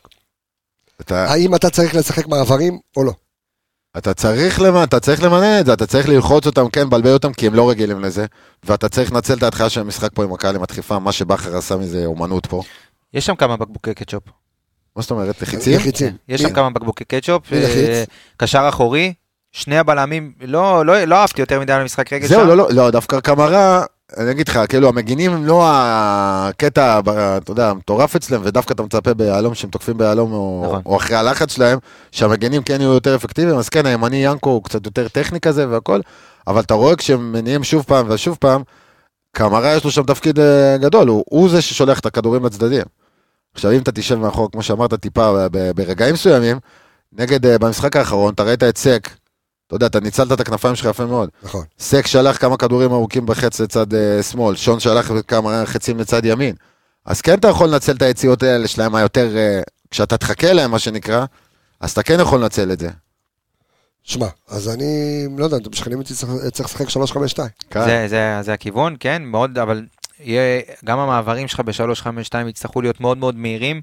האם אתה צריך לשחק מעברים או לא? אתה צריך למה, אתה צריך למנע את זה, אתה צריך ללחוץ אותם, כן, בלבל אותם, כי הם לא רגילים לזה, ואתה צריך לנצל את ההתחלה של המשחק פה עם הקהל עם הדחיפה, מה שבחר עשה מזה אומנות פה. יש שם כמה בקבוקי קטשופ. מה זאת אומרת, לחיצים? לחיצים. יש שם כמה בקבוקי קטשופ. מי לחיץ? קשר אחורי, שני הבלמים, לא, לא, לא אהבתי יותר מדי על המשחק רגל שם. זהו, לא, לא, לא, דווקא קמרה, אני אגיד לך, כאילו, המגינים הם לא הקטע, אתה יודע, מטורף אצלם, ודווקא אתה מצפה ביהלום, שהם תוקפים ביהלום, או, נכון. או אחרי הלחץ שלהם, שהמגינים כן יהיו יותר אפקטיביים, אז כן, הימני ינקו הוא קצת יותר טכני כזה והכל, אבל אתה רואה כשהם מניעים שוב פעם ושוב פעם, קמרה יש לו שם תפקיד גדול, הוא, הוא זה ששולח את הכדורים לצדדים. עכשיו, אם אתה תשב מאחור, כמו שאמרת, טיפה ברגעים מסוימים, נגד, במשחק האחרון, אתה ראית את סק, אתה יודע, אתה ניצלת את הכנפיים שלך יפה מאוד. נכון. סק שלח כמה כדורים ארוכים בחץ לצד uh, שמאל, שון שלח כמה חצים לצד ימין. אז כן אתה יכול לנצל את היציאות האלה שלהם היותר, uh, כשאתה תחכה להם מה שנקרא, אז אתה כן יכול לנצל את זה. שמע, אז אני, לא יודע, אתם משכנים אותי, צריך לשחק שלוש חמש שתיים. זה, זה, זה הכיוון, כן, מאוד, אבל יהיה, גם המעברים שלך ב-שלוש חמש שתיים יצטרכו להיות מאוד מאוד מהירים,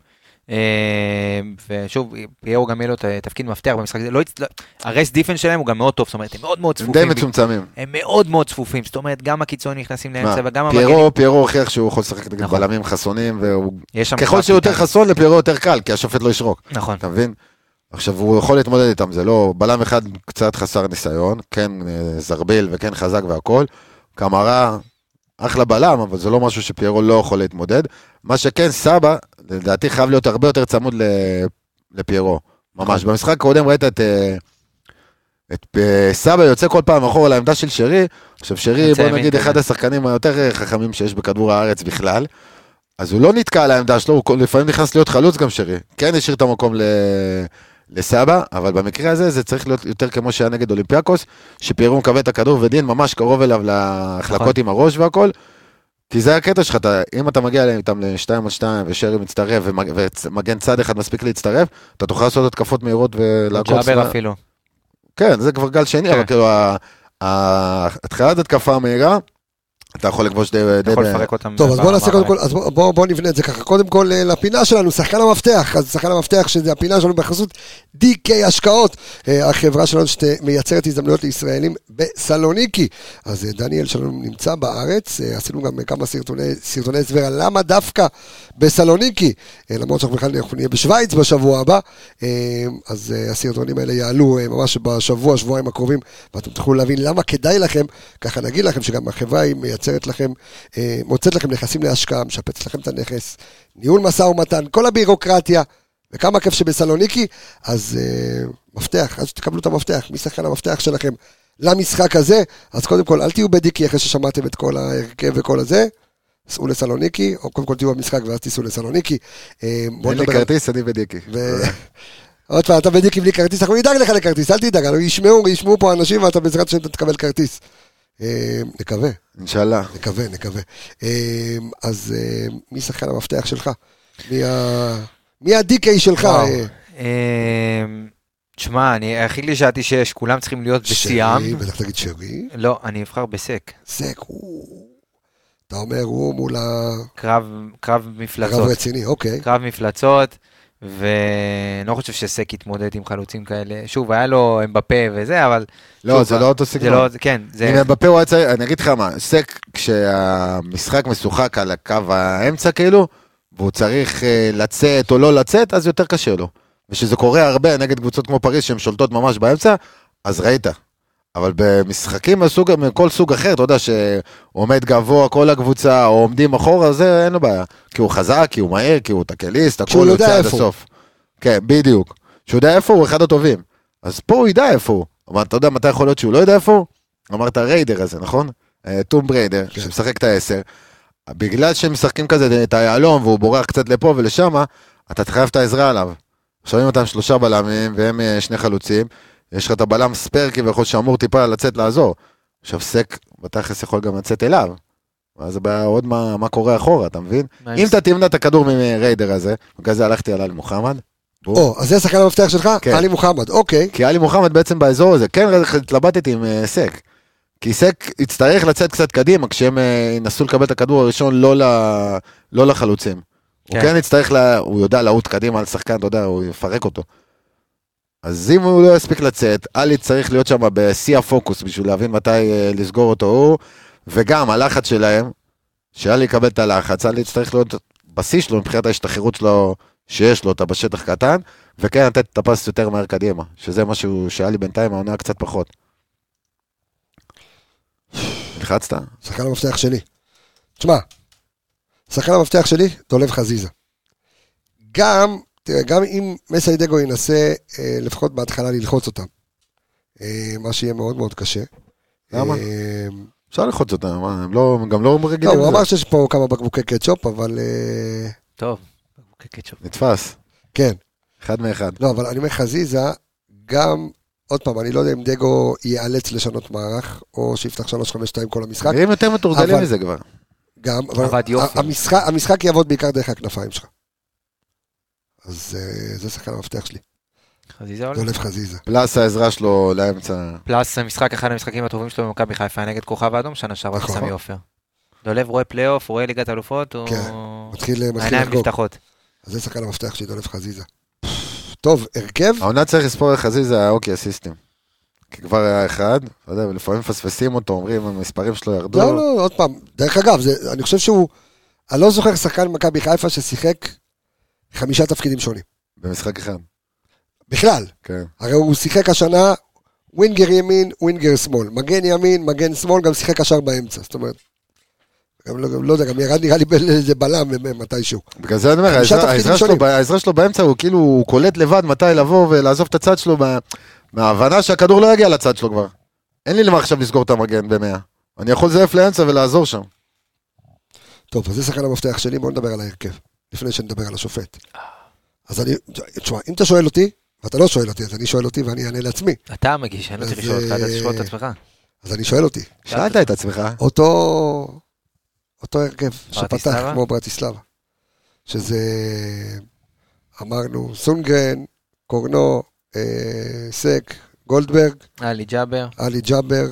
ושוב, פיירו גם יהיה לו תפקיד מפתח במשחק הזה, הרס דיפנס שלהם הוא גם מאוד טוב, זאת אומרת, הם מאוד מאוד צפופים. הם די מצומצמים. הם מאוד מאוד צפופים, זאת אומרת, גם הקיצונים נכנסים לאמצע, וגם המגנים. פיירו, פיירו הוכיח שהוא יכול לשחק נגד בלמים חסונים, ככל שהוא יותר חסון, לפיירו יותר קל, כי השופט לא ישרוק. נכון. אתה מבין? עכשיו, הוא יכול להתמודד איתם, זה לא, בלם אחד קצת חסר ניסיון, כן זרביל וכן חזק והכל, קמרה, אחלה בלם, אבל זה לא משהו שפיירו לא יכול להתמודד. מה שכן, סבא, לדעתי חייב להיות הרבה יותר צמוד לפיירו. ממש, במשחק קודם ראית את, את סבא יוצא כל פעם אחורה לעמדה של שרי, עכשיו שרי, בוא נגיד, אחד השחקנים היותר חכמים שיש בכדור הארץ בכלל, אז הוא לא נתקע על העמדה שלו, הוא לפעמים נכנס להיות חלוץ גם שרי. כן השאיר את המקום ל... לסבא, אבל במקרה הזה זה צריך להיות יותר כמו שהיה נגד אולימפיאקוס, שפיירו מקווה את הכדור ודין ממש קרוב אליו להחלקות עם הראש והכל, כי זה הקטע שלך, אם אתה מגיע איתם לשתיים על שתיים ושרי מצטרף ומגן צד אחד מספיק להצטרף, אתה תוכל לעשות התקפות מהירות ולעקות... ג'אבר אפילו. כן, זה כבר גל שני, אבל כאילו התחילת התקפה המהירה, אתה יכול לכבוש די... אתה יכול לפרק אותם. טוב, אז בוא נעשה קודם כל, אז בוא, בוא נבנה את זה ככה. קודם כל, לפינה שלנו, שחקן המפתח. אז שחקן המפתח, שזה הפינה שלנו בחסות די קיי השקעות, החברה שלנו שמייצרת הזדמנויות לישראלים בסלוניקי. אז דניאל שלנו נמצא בארץ, עשינו גם כמה סרטוני, סרטוני הסבר על למה דווקא בסלוניקי, למרות שאנחנו בכלל נהיה בשוויץ בשבוע הבא, אז הסרטונים האלה יעלו ממש בשבוע, שבועיים הקרובים, ואתם תוכלו להבין למה כדאי לכם, ככה נגיד לכם שגם החברה היא מייצרת לכם, מוצאת לכם נכסים להשקעה, משפץ לכם את הנכס, ניהול משא ומתן, כל הבירוקרטיה, וכמה כיף שבסלוניקי, אז מפתח, אז תקבלו את המפתח, מי שחקן המפתח שלכם למשחק הזה, אז קודם כל אל תהיו בדיקי אחרי ששמעתם את כל ההרכב וכל הזה, סעו לסלוניקי, או קודם כל תהיו במשחק ואז תיסעו לסלוניקי. אין לי כרטיס, אני בדיקי. עוד פעם, אתה בדיקי בלי כרטיס, אנחנו נדאג לך לכרטיס, אל תדאג, ישמעו, ישמעו פה אנשים ואתה בעזרת שאתה תקבל כרטיס. נקווה. אינשאללה. נקווה, נקווה. אז מי שחקן המפתח שלך? מי ה-די קיי שלך? תשמע, אני הכי קלישאתי שיש, כולם צריכים להיות בשיאם. שרי, בטח תגיד שרי. לא, אני אבחר בסק. סק, אתה אומר, הוא מול ה... קרב מפלצות. קרב רציני, אוקיי. קרב מפלצות, ואני לא חושב שסק יתמודד עם חלוצים כאלה. שוב, היה לו אמבפה וזה, אבל... לא, זה לא אותו סגנון. כן, זה... אם אמבפה הוא היה צריך, אני אגיד לך מה, סק, כשהמשחק משוחק על הקו האמצע כאילו, והוא צריך לצאת או לא לצאת, אז יותר קשה לו. ושזה קורה הרבה נגד קבוצות כמו פריז, שהן שולטות ממש באמצע, אז ראית. אבל במשחקים מסוג, מכל סוג אחר, אתה יודע שעומד גבוה כל הקבוצה, או עומדים אחורה, זה אין לו בעיה. כי הוא חזק, כי הוא מהר, כי הוא תקליסט, הכל יוצא עד הסוף. כן, בדיוק. שהוא יודע איפה הוא, אחד הטובים. אז פה הוא ידע איפה הוא. אבל אתה יודע מתי יכול להיות שהוא לא יודע איפה הוא? אמרת ריידר הזה, נכון? טום בריידר, שמשחק את העשר. בגלל שהם משחקים כזה את היעלום, והוא בורח קצת לפה ולשם, אתה תחייב את העזרה עליו. עכשיו אם אתם שלושה בלמים, והם שני חלוצים, יש לך את הבלם ספרקי, ויכול שאמור טיפה לצאת לעזור. עכשיו סק, בתכלס יכול גם לצאת אליו. ואז הבעיה עוד מה, מה קורה אחורה, אתה מבין? Nice. אם אתה תמנע את הכדור מריידר הזה, וכזה הלכתי על אלי מוחמד. או, אז זה שחקן המפתח שלך? כן. אלי מוחמד, אוקיי. כי אלי מוחמד בעצם באזור הזה, כן, התלבטתי עם uh, סק. כי סק יצטרך לצאת קצת קדימה, כשהם uh, ינסו לקבל את הכדור הראשון, לא, ל... לא לחלוצים. כן. הוא כן יצטרך, לה... הוא יודע לעוד קדימה על שחקן, אתה יודע, הוא יפרק אותו. אז אם הוא לא יספיק לצאת, אלי צריך להיות שם בשיא הפוקוס, בשביל להבין מתי uh, לסגור אותו הוא, וגם הלחץ שלהם, שאלי יקבל את הלחץ, אלי יצטרך להיות בשיא שלו, מבחינת ההשתחררות שלו, שיש לו אותה בשטח קטן, וכן לתת את הפס יותר מהר קדימה, שזה משהו שהיה לי בינתיים, העונה קצת פחות. נלחצת? שחקן המפתח שלי. תשמע, שחקן המפתח שלי, דולב חזיזה. גם, תראה, גם אם מסיידגו ינסה, אה, לפחות בהתחלה ללחוץ אותם, אה, מה שיהיה מאוד מאוד קשה. למה? אה, אפשר ללחוץ אותם, מה, הם לא, גם לא רגילים לא, לזה. הוא אמר שיש פה כמה בקבוקי קטשופ, אבל... אה, טוב, בקבוקי קטשופ. נתפס, כן. אחד מאחד. לא, אבל אני אומר חזיזה, גם, עוד פעם, אני לא יודע אם דגו ייאלץ לשנות מערך, או שיפתח שלוש חמש שתיים כל המשחק. נראים יותר מתורגלים אבל- מזה כבר. גם, אבל עבד יופי. המשחק, המשחק יעבוד בעיקר דרך הכנפיים שלך. אז אה, זה שחקן המפתח שלי. חזיזה עולה. דולב חזיזה. פלס העזרה שלו לאמצע. פלס, משחק אחד המשחקים הטובים שלו במכבי חיפה נגד כוכב האדום, שנה שעברה נכון. סמי עופר. דולב רואה פלייאוף, רואה ליגת אלופות, הוא... כן, מתחיל מתחיל העיניים לחגוג. נפתחות. אז זה שחקן המפתח שלי, דולב חזיזה. טוב, הרכב? העונה צריך לספור איך חזיזה האוקי הסיסטם. כי כבר היה אחד, אתה יודע, ולפעמים מפספסים אותו, אומרים, המספרים שלו ירדו. לא, לא, עוד פעם. דרך אגב, זה, אני חושב שהוא, אני לא זוכר שחקן מכבי חיפה ששיחק חמישה תפקידים שונים. במשחק אחד, בכלל. כן. הרי הוא שיחק השנה ווינגר ימין, ווינגר שמאל. מגן ימין, מגן שמאל, גם שיחק קשר באמצע. זאת אומרת, גם לא, גם לא יודע, גם ירד נראה לי באיזה בלם מתישהו. בגלל זה אני אומר, חמישה העזרה- תפקידים העזרה שלו שונים. ב- העזרה שלו באמצע, הוא כאילו, הוא קולט לבד מתי לבוא ולעזוב את הצד שלו, מה- מההבנה שהכדור לא יגיע לצד שלו כבר. אין לי למה עכשיו לסגור את המגן במאה. אני יכול לזייף לאמצע ולעזור שם. טוב, אז זה שחקן המפתח שלי, בואו נדבר על ההרכב, לפני שנדבר על השופט. אז אני, תשמע, אם אתה שואל אותי, ואתה לא שואל אותי, אז אני שואל אותי ואני אענה לעצמי. אתה מגיש, אני לא צריך אז, לשאול אותך, אתה אה, תשאול את עצמך. אז אני שואל אותי. שאלת את עצמך. אותו, אותו הרכב שפתח ברטיסלבה? כמו ברטיסלבה. שזה, אמרנו, סונגרן, קורנו, אה, סק, גולדברג, עלי ג'אבר, עלי ג'אבר,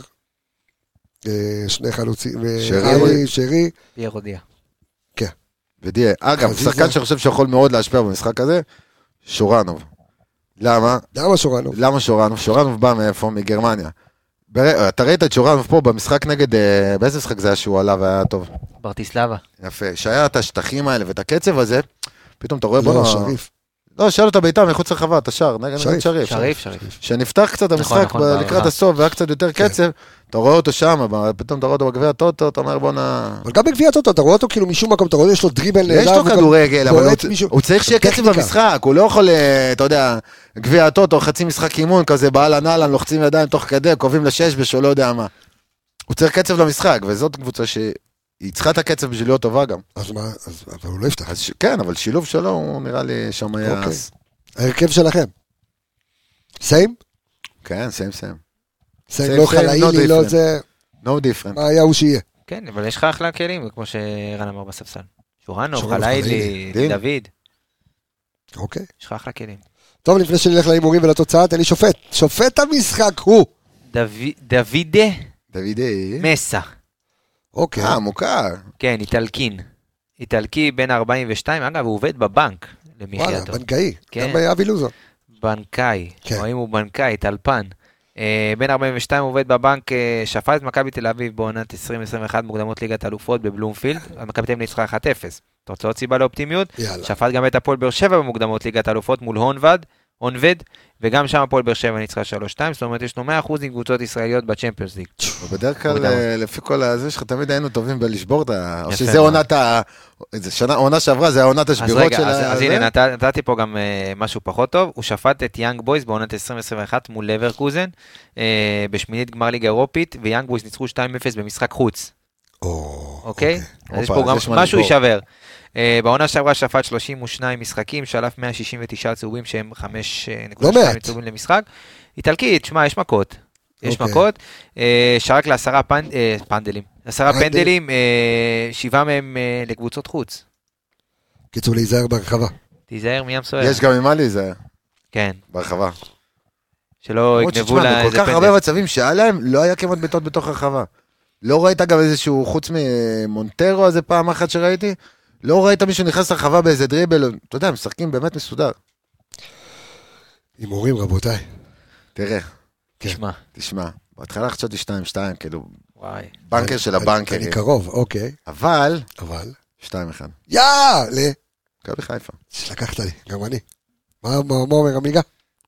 אה, שני חלוצים, שרי. עלי, שרי, פייר הודיע. ודיה, אגב, חזיזה. שחקן שאני חושב שיכול מאוד להשפיע במשחק הזה, שורנוב. למה? למה שורנו? למה שורנוב? שורנוב בא מאיפה? מגרמניה. בר- אתה ראית את שורנוב פה במשחק נגד, אה, באיזה משחק זה היה שהוא עלה והיה טוב? ברטיסלבה. יפה. שהיה את השטחים האלה ואת הקצב הזה, פתאום אתה רואה בוא... לא, שריף. לא, שאל אותה בעיטה מחוץ לרחבה, אתה שר, נגד שריף. נגד שריף. שריף, שריף. שנפתח קצת המשחק נכון, ב- בהערכה. לקראת הסוף והיה קצת יותר קצב, אתה רואה אותו שם, ב- פתאום אתה רואה אותו בגביע הטוטו, אתה אומר בוא נ... אבל גם בגביע הטוטו, אתה רואה אותו כאילו משום מקום, אתה רואה, יש לו דריבל יש לו וגם כדורגל, אבל בועט הוא- מישהו- הוא צריך שיהיה קצב טכניקה. במשחק, הוא לא יכול, אה, אתה יודע, גביע הטוטו, חצי משחק אימון כזה, באהלן אהלן, לוחצים ידיים תוך כדי, קובעים לשש בשביל לא יודע מה. הוא צריך קצב למשחק, וזאת קבוצה שהיא צריכה את הקצב בשביל להיות טובה גם. אז מה, אז, אבל הוא לא יפתח. אז ש- כן, אבל שילוב שלו, הוא נראה לי שם היה... אוקיי. ההרכב שלכם. סיים? כן, סיים סיים. סיים, Same, לא same, חלאילי, no לא different. זה, No different. מה היה הוא שיהיה. כן, אבל יש לך אחלה כלים, כמו שרן אמר בספסל. שורנו, שורנו, חלאילי, חלאילי, דין. דוד, אוקיי. יש לך אחלה כלים. טוב, לפני שנלך להימורים ולתוצאה, תן לי שופט. שופט המשחק הוא. דוד- דוידה דוידי. מסה. אוקיי. אה, מוכר. כן, איטלקין. איטלקי בן ארבעים ושתיים, אגב, הוא עובד בבנק, וואלה, למחייתו. בנקאי. כן. גם אבי לוזון. בנקאי, כן. או אם הוא בנקאי, טלפן. אה, בן ארבעים ושתיים עובד בבנק, אה, שפט את מכבי תל אביב בעונת עשרים עשרים ואחת מוקדמות ליגת אלופות בבלומפילד, מכבי תל אביב ניצחה אחת אפס. תוצאות סיבה לאופטימיות, יאללה. שפט גם את הפועל באר שבע במוקדמות ליגת אלופות מול הונבד, הונבד, וגם שם הפועל באר שבע ניצחה שלוש שתיים, זאת אומרת יש לו מאה אחוז עם קבוצות ישראליות בצ'מפיונס ליג. בדרך כלל, מוקדם. אה, לפי כל הזה שלך, תמיד היינו טובים בלשבור את ה... או יפה שזה מאוד. עונת ה... זה שנה, עונה שעברה, זה העונת אז השבירות רגע, של אז, ה... אז זה? הנה, נת, נתתי פה גם uh, משהו פחות טוב, הוא שפט את יאנג בויז בעונת עשרים עשרים ואחת מול לברקוזן, uh, בשמינית גמר ליגה אירופית, ויאנג בויז ניצחו שתיים אפס במשחק חוץ, או, אוקיי? אז יש הופה, פה אז גם יש מה משהו לשבור. יישבר. Uh, בעונה שעברה שפט שלושים ושניים משחקים, שלף מאה שישים ותשעה צהובים שהם חמש נקודה שתיים מעט. צהובים למשחק. איטלקית, שמע, יש מכות. יש אוקיי. מכות, אה, שרק לעשרה פנד, אה, פנדלים, עשרה פנדל. פנדלים, אה, שבעה מהם אה, לקבוצות חוץ. קיצור להיזהר ברחבה. תיזהר מים סוער. יש גם עם עלי, זה כן, ברחבה. שלא למרות יגנבו שתשמע, לה בכל איזה כך פנדל. הרבה מצבים שהיה להם, לא היה כמעט בעיטות בתוך הרחבה. לא ראית גם איזשהו, חוץ ממונטרו, איזה פעם אחת שראיתי, לא ראית מישהו נכנס לרחבה באיזה דריבל, אתה יודע, משחקים באמת מסודר. הימורים רבותיי. תראה, תשמע, תשמע, בהתחלה חשבתי שתיים שתיים, כאילו, וואי. בנקר של אני- הבנקרים. אני קרוב, אוקיי. אבל, אבל, שתיים אחד. יא! ל... מכבי חיפה. לקחת לי, גם אני. מה אומר עמיגה?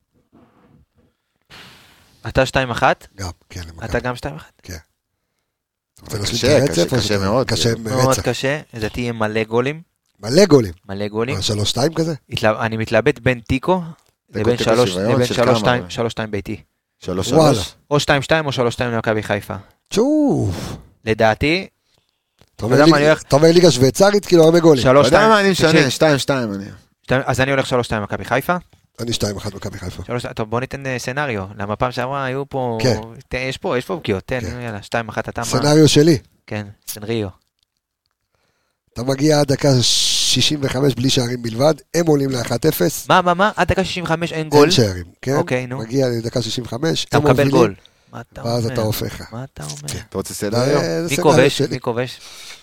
אתה שתיים אחת? גם, כן. אתה גם שתיים אחת? כן. קשה, קשה מאוד. קשה מאוד מרצח. קשה, זה תהיה מלא גולים. מלא גולים. מלא גולים. שלוש שתיים כזה? אני מתלבט בין טיקו לבין שלוש שתיים ביתי. שלוש וואלה. שלוש. או שתיים שתיים או שלוש שתיים למכבי חיפה. שוב. לדעתי, אתה אומר ליגה שוויצרית, כאילו הרבה גולים. שלוש אתה יודע שתיים. מה אני משנה? שתיים שתיים אני. אז אני הולך שלוש שתיים למכבי חיפה. אני שתיים אחת מכבי חיפה. טוב, בוא ניתן סנריו. למה פעם שעברה היו פה... יש פה, יש פה פגיעות. תן, יאללה, שתיים אחת אתה מה? סנריו שלי. כן, סנריו. אתה מגיע עד דקה שישים וחמש בלי שערים בלבד, הם עולים ל-אחת אפס. מה, מה, מה? עד דקה שישים וחמש אין גול? אין שערים, כן? אוקיי, נו. מגיע לדקה שישים וחמש, אתה מקבל גול. מה אתה אומר? ואז אתה הופך. מה אתה אומר? אתה רוצה סנריו? מי כובש? מי כובש?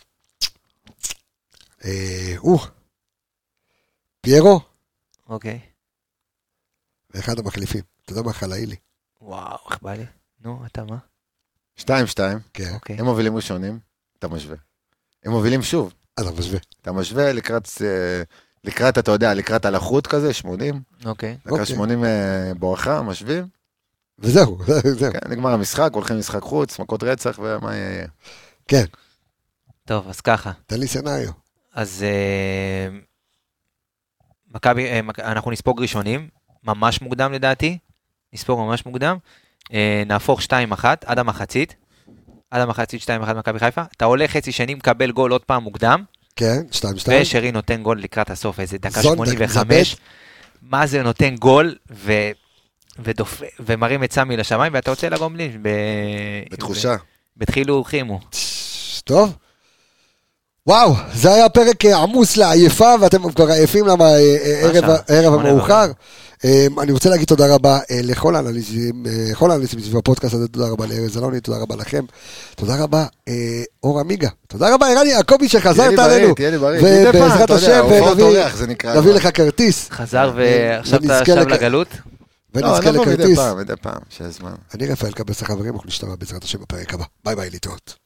או, פיירו, אוקיי. ואחד המחליפים. אתה יודע מה חלאי לי? וואו, איך בא לי? נו, אתה מה? שתיים שתיים. כן. אוקיי. הם מובילים ראשונים, אתה משווה. הם מובילים שוב. אתה משווה. אתה משווה לקראת, לקראת, אתה יודע, לקראת הלחות כזה, שמונים. אוקיי. דקה שמונים בורחה, משווים. וזהו, זהו. כן, נגמר המשחק, הולכים משחק חוץ, מכות רצח, ומה יהיה? כן. טוב, אז ככה. תן לי סנריו. אז מכבי, אנחנו נספוג ראשונים, ממש מוקדם לדעתי, נספוג ממש מוקדם, נהפוך שתיים אחת עד המחצית, עד המחצית שתיים אחת מכבי חיפה, אתה עולה חצי שני, מקבל גול עוד פעם מוקדם, כן, שתיים שתיים. ושרי נותן גול לקראת הסוף, איזה דקה שמונים וחמש, מה זה נותן גול, ו... ודופ... ומרים את סמי לשמיים, ואתה יוצא לגומלין, ב... בתחושה. בתחילו חימו. טוב. וואו, זה היה פרק עמוס לעייפה, ואתם כבר עייפים למה ערב המאוחר. אני רוצה להגיד תודה רבה לכל האנליסטים, לכל האנליסטים סביב הפודקאסט הזה, תודה רבה לארז אלוני, תודה רבה לכם, תודה רבה אור עמיגה, תודה רבה ערן יעקבי שחזרת עלינו, ובעזרת השם נביא לך כרטיס. חזר ועכשיו אתה שב לגלות? ונזכה לכרטיס. מדי פעם, מדי פעם, שיש זמן. אני רפאל קבס החברים, אנחנו נשתמע בעזרת השם בפרק הבא. ביי ביי, להתראות.